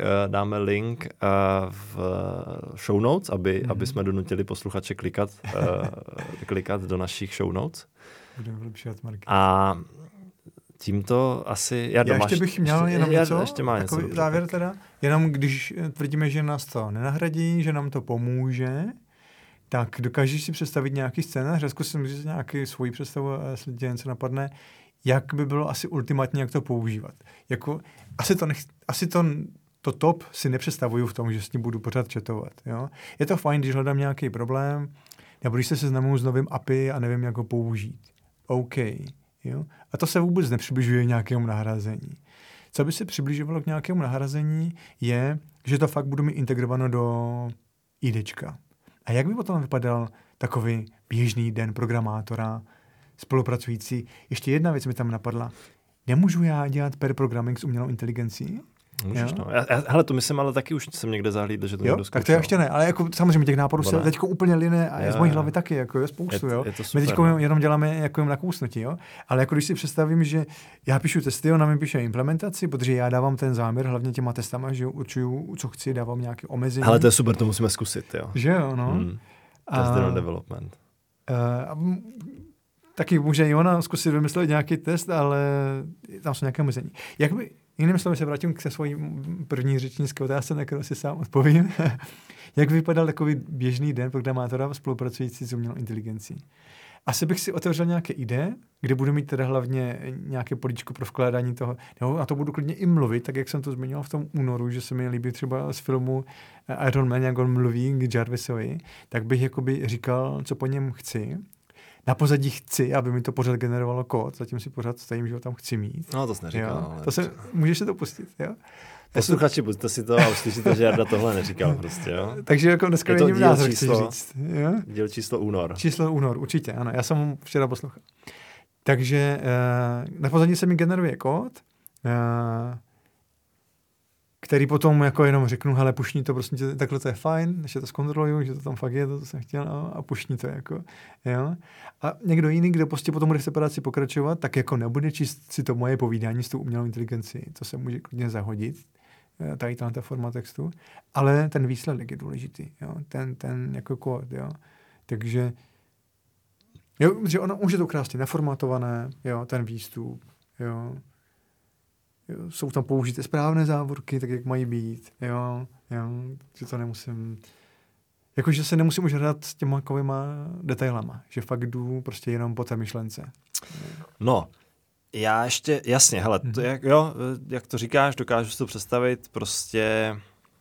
v show notes, aby jsme donutili posluchače klikat do našich show notes. Budeme vylepšovat marketing. A tímto asi... Já ještě bych měl jenom něco, ještě má něco takový závěr teda. Jenom když tvrdíme, že nás to nenahradí, že nám to pomůže, tak dokážeš si představit nějaký scénář, zkusím si nějaký svoji představu, jestli tě něco napadne, jak by bylo asi ultimátně, jak to používat. Jako, asi to top si nepředstavuju v tom, že s ním budu pořád chatovat. Jo? Je to fajn, když hledám nějaký problém, nebo když se seznamuju s novým API a nevím, jak ho použít. OK. Jo? A to se vůbec nepřibližuje k nějakému nahrazení. Co by se přibližovalo k nějakému nahrazení, je, že to fakt budu mít integrováno do IDčka. A jak by potom vypadal takový běžný den programátora, spolupracující? Ještě jedna věc mi tam napadla. Nemůžu já dělat pair programming s umělou inteligencí? Můžeš, no. Hele, to myslím, ale taky už jsem někde zahlídl, že to někdo zkoušel. Tak to ještě ne, ale jako samozřejmě těch nápadů se teďko úplně line a z mojí hlavy taky, jako je spoustu, jo. My teďko jenom děláme jako na kousnutí, jo. Ale jako když si představím, že já píšu testy, ona mi píše implementaci, protože já dávám ten záměr hlavně těma testama, že určuju, co chci, dávám nějaké omezení. Ale to je super, to musíme zkusit, jo. Že jo, no. Test development. Taky může i ona zkusit vymyslet nějaký test, ale tam jsou nějaké omezení. Jinými slovy se vrátím k svojí první řečnické otázce, na kterou si sám odpovím. Jak vypadal takový běžný den programátora spolupracující s umělou inteligencí? Asi bych si otevřel nějaké idee, kde budu mít teda hlavně nějaké políčko pro vkládání toho, nebo na to budu klidně i mluvit, tak jak jsem to zmiňoval v tom únoru, že se mi líbí třeba z filmu Iron Man, jak on mluví k Jarvisovi, tak bych jakoby říkal, co po něm chci. na pozadí chci, aby mi to pořád generovalo kód, zatím si pořád stojím, že ho tam chci mít. No to jsi neříkal. Můžeš se to pustit, jo? Posluchači, buďte si to a uslyšíte, že Jarda tohle neříkal prostě, jo? Takže jako dneska vidím názor, chci říct. Jo? Díl číslo únor. Číslo únor, určitě, ano. Já jsem ho včera poslouchal. Takže na pozadí se mi generuje kód, který potom jako jenom řeknu, hele, pušni to, prostě takhle to je fajn, než to zkontroluju, že to tam fakt je, to jsem chtěl, a pušni to, jako, jo. A někdo jiný, kdo prostě potom bude v té práci pokračovat, tak jako nebude číst si to moje povídání s tou umělou inteligencí, to se může klidně zahodit, tady ta forma textu, ale ten výsledek je důležitý, jo, ten jako kód, jo. Takže, jo, že ono už je to krásně naformatované, jo, ten výstup, jo. Jsou tam použité správné závorky, tak jak mají být, jo, že to nemusím, jakože se nemusím už hrát s těma takovýma detailama, že fakt jdu prostě jenom po té myšlence. No, já ještě, jasně, hele, to jak to říkáš, dokážu si to představit, prostě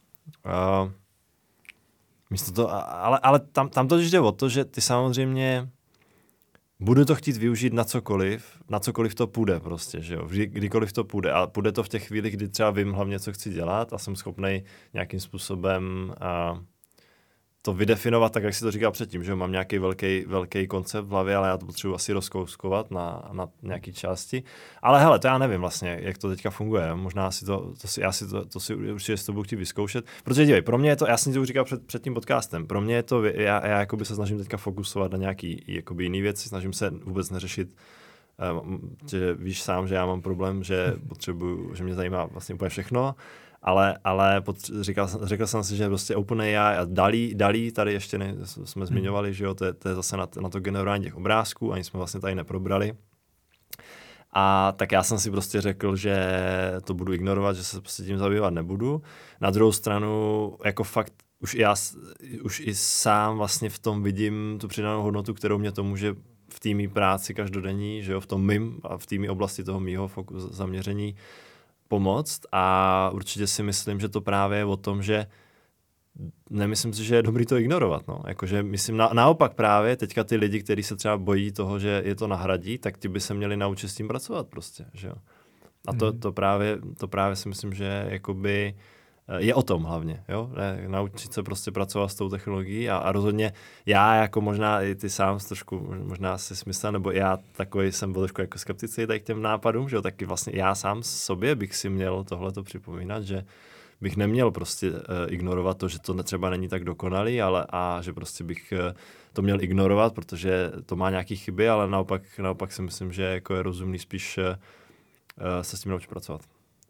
místo to, ale tam to jde o to, že ty samozřejmě budu to chtít využít na cokoliv to půjde prostě, že jo, kdykoliv to půjde a půjde to v těch chvílích, kdy třeba vím hlavně, co chci dělat a jsem schopnej nějakým způsobem to vydefinovat tak, jak si to říkal předtím, že mám nějaký velký koncept v hlavě, ale já to potřebuji asi rozkouskovat na nějaký části. Ale hele, to já nevím vlastně, jak to teďka funguje. Možná si to si určitě s tobou chtít vyzkoušet. Protože dívej, pro mě je to, já jsem ti to už říkal před tím podcastem, pro mě je to, já jakoby se snažím teďka fokusovat na nějaký jakoby jiný věci, snažím se vůbec neřešit, že víš sám, že já mám problém, že potřebuju, že mě zajímá vlastně úplně všechno. Ale řekl jsem si, že prostě OpenAI a DALL-E tady ještě jsme zmiňovali, že jo, to je zase na to generování těch obrázků, ani jsme vlastně tady neprobrali. A tak já jsem si prostě řekl, že to budu ignorovat, že se prostě tím zabývat nebudu. Na druhou stranu, jako fakt, už i sám vlastně v tom vidím tu přidanou hodnotu, kterou mě to může v té mý práci každodenní, že jo, v tom mým a v té mý oblasti toho mýho zaměření pomoct a určitě si myslím, že to právě je o tom, že nemyslím si, že je dobrý to ignorovat. No. Jakože myslím naopak právě teďka ty lidi, kteří se třeba bojí toho, že je to nahradí, tak ti by se měli naučit s tím pracovat prostě. Že jo? A to právě si myslím, že jakoby je o tom hlavně. Jo? Naučit se prostě pracovat s tou technologií a rozhodně já jako možná i ty sám trošku možná si smyslel, nebo já takový jsem byl trošku jako skeptický tady k těm nápadům, že jo? Taky vlastně já sám sobě bych si měl tohleto připomínat, že bych neměl prostě ignorovat to, že to třeba není tak dokonalý, a že prostě bych to měl ignorovat, protože to má nějaké chyby, ale naopak si myslím, že jako je rozumný spíš se s tím naučit pracovat.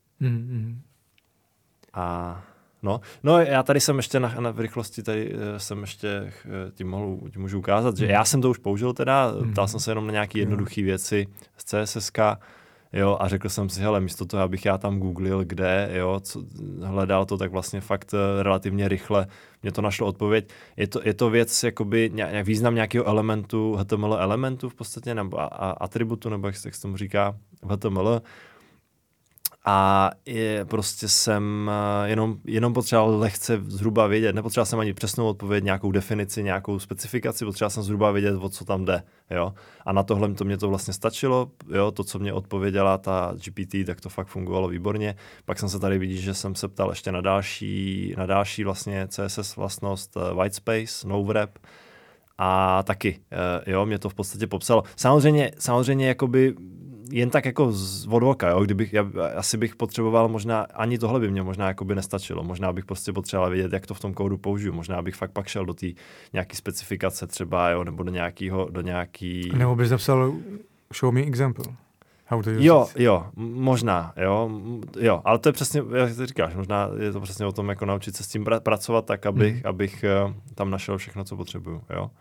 A no, já tady jsem ještě v rychlosti, tady jsem ještě tím můžu ukázat, že já jsem to už použil teda, ptal jsem se jenom na nějaké jednoduché věci z CSS, jo, a řekl jsem si, hele, místo toho, abych já tam googlil, kde, jo, hledal to, tak vlastně fakt relativně rychle mě to našlo odpověď. Je to věc, jakoby význam nějakého elementu, HTML elementu v podstatě, nebo atributu, nebo jak se tomu říká v HTML. A prostě jsem jenom potřeboval lehce zhruba vědět, nepotřeboval jsem ani přesnou odpověď, nějakou definici, nějakou specifikaci, potřeboval jsem zhruba vědět, o co tam jde, jo. A na tohle mě to vlastně stačilo, jo, to, co mě odpověděla ta GPT, tak to fakt fungovalo výborně. Pak jsem se tady viděl, že jsem se ptal ještě na další vlastně CSS vlastnost whitespace, nowrap, a taky, jo, mě to v podstatě popsalo. Samozřejmě jakoby jen tak jako od oka, jo, asi bych potřeboval možná, ani tohle by mě možná jakoby nestačilo, možná bych prostě potřeboval vědět, jak to v tom kódu použiju, možná bych fakt pak šel do té nějaký specifikace třeba, jo, nebo do nějaký... Nebo bys napsal show me example. Jo, možná, jo, ale to je přesně, jak ty říkáš, možná je to přesně o tom, jako naučit se s tím pracovat tak, abych tam našel všechno, co potřebuju, jo.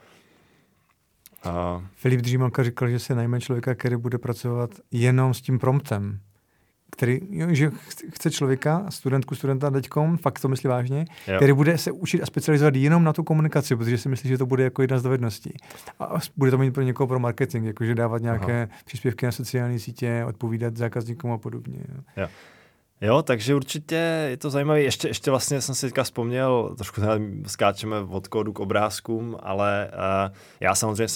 Filip Dřímalka říkal, že se najme člověka, který bude pracovat jenom s tím promptem. Že chce člověka, studenta teďkom, fakt to myslí vážně, který bude se učit a specializovat jenom na tu komunikaci, protože si myslí, že to bude jako jedna z dovedností. A bude to mít pro někoho pro marketing, jakože dávat nějaké příspěvky na sociální sítě, odpovídat zákazníkům a podobně. Jo. Jo, takže určitě je to zajímavé. Ještě vlastně jsem si teďka vzpomněl, trošku skáčeme od kódu k obrázkům, ale já samozřejmě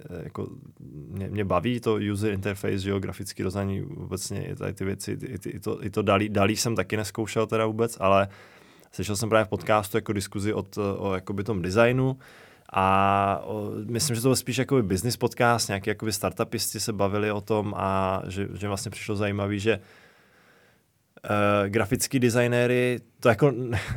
mě baví to user interface, že jo, grafický rozhraní, obecně tady ty věci, i to dalí jsem taky neskoušel teda vůbec, ale slyšel jsem právě v podcastu jako diskuzi o jakoby tom designu a myslím, že to byl spíš jakoby business podcast, nějaký jakoby startupisti se bavili o tom a že vlastně přišlo zajímavý, že grafický designéry, to jako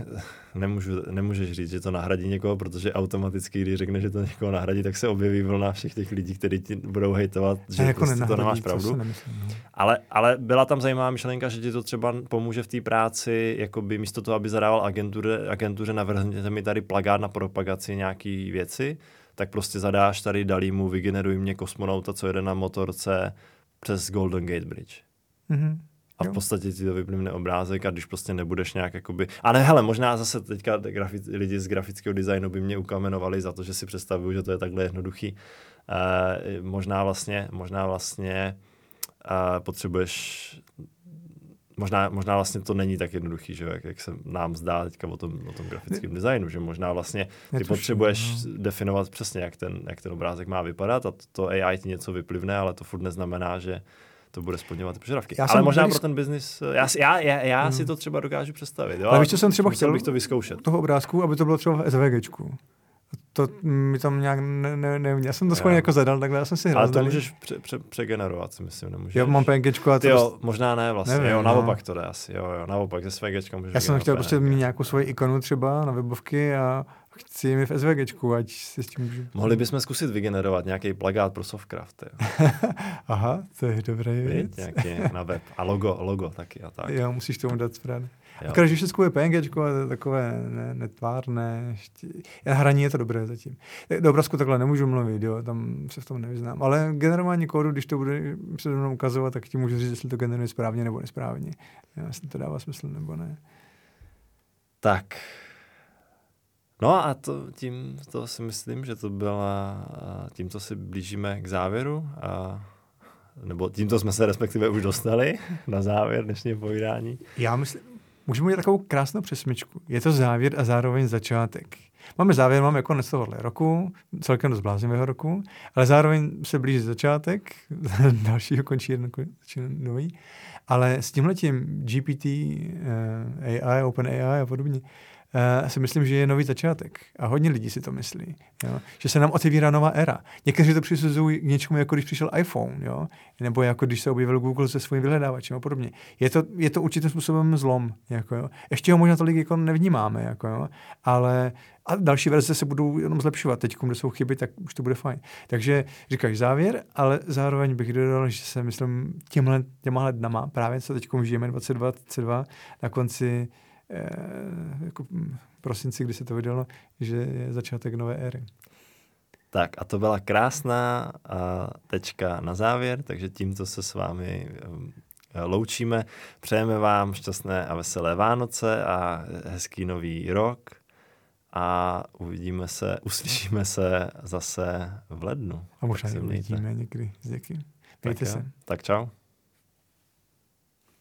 nemůžeš říct, že to nahradí někoho, protože automaticky, když řekne, že to někoho nahradí, tak se objeví vlna všech těch lidí, kteří ti budou hejtovat, že jako prostě to nemáš pravdu. Ale byla tam zajímavá myšlenka, že ti to třeba pomůže v té práci, jakoby místo toho, aby zadával agentuře navrhněte mi tady plagát na propagaci nějaký věci, tak prostě zadáš tady Dalímu, vygeneruj mě kosmonauta, co jede na motorce přes Golden Gate Bridge. Mm-hmm. A v podstatě ti to vyplivne obrázek a když prostě nebudeš nějak jakoby... A ne, hele, možná zase teďka lidi z grafického designu by mě ukamenovali za to, že si představuju, že to je takhle jednoduchý. Možná vlastně potřebuješ... Možná vlastně to není tak jednoduchý, že jak se nám zdá teďka o tom grafickém designu, že možná vlastně ty potřebuješ definovat přesně, jak ten obrázek má vypadat a to AI ti něco vyplivne, ale to furt neznamená, že to bude splňovat ty požadavky. Ale možná pro ten biznis, já si to třeba dokážu představit. Jo? Ale víš, co jsem třeba chtěl bych to vyzkoušet. Toho obrázku, aby to bylo třeba v SVGčku. To mi tam nějak já jsem to schválně jako zadal, takhle já jsem si hrál. Ale to můžeš přegenerovat, si myslím, nemůžeš. Jo, mám PNGčku a to... Jo, možná ne vlastně, nevím, naopak to jde asi, jo, naopak, ze SVGčka můžeš. Já jsem chtěl prostě mít nějakou svoji ikonu třeba na webovky a chci jim v SVGčku, ať si s tím můžu... Mohli bychom zkusit vygenerovat nějaký plagát pro Softcraft, jo. Aha, to je dobré věc. Nějaký na web a logo taky a tak. Jo, musíš tomu dát správně. Akorát, že všechno je PNGčko, ale to je takové netvárné. Hraní je to dobré zatím. Do obrázku takhle nemůžu mluvit, jo, tam se v tom nevyznám. Ale generování kódu, když to bude před mnou ukazovat, tak ti můžu říct, jestli to generuje správně nebo nesprávně. Jo, jestli to dává smysl nebo ne. Tak. No a to si myslím, že to byla... Tímto se blížíme k závěru. Nebo tímto jsme se respektive už dostali na závěr dnešního povídání. Já myslím... Můžeme mít takovou krásnou přesmyčku. Je to závěr a zároveň začátek. Máme závěr, máme konec tohohle roku, celkem dost bláznivého roku, ale zároveň se blíží začátek, dalšího končí jeden nový, ale s tímhletím GPT, AI, OpenAI a podobně, si myslím, že je nový začátek. A hodně lidí si to myslí. Jo? Že se nám otevírá nová éra. Někteří to přisuzují k něčemu, jako když přišel iPhone, jo? Nebo jako když se objevil Google se svým vyhledávačem a podobně. Je to určitým způsobem zlom. Jako, jo? Ještě ho možná tolik jako nevnímáme. Jako, jo? Ale a další verze se budou jenom zlepšovat. Teď, kde jsou chyby, tak už to bude fajn. Takže říkáš závěr, ale zároveň bych dodal, že se myslím těmahle dnama, právě co teď žijeme 2022, na konci jako prosinci, kdy se to vydalo, že je začátek nové éry. Tak a to byla krásná tečka na závěr, takže tímto se s vámi loučíme. Přejeme vám šťastné a veselé Vánoce a hezký nový rok a uslyšíme se zase v lednu. A možná i uvidíme někdy s někým. Mějte se. Tak čau.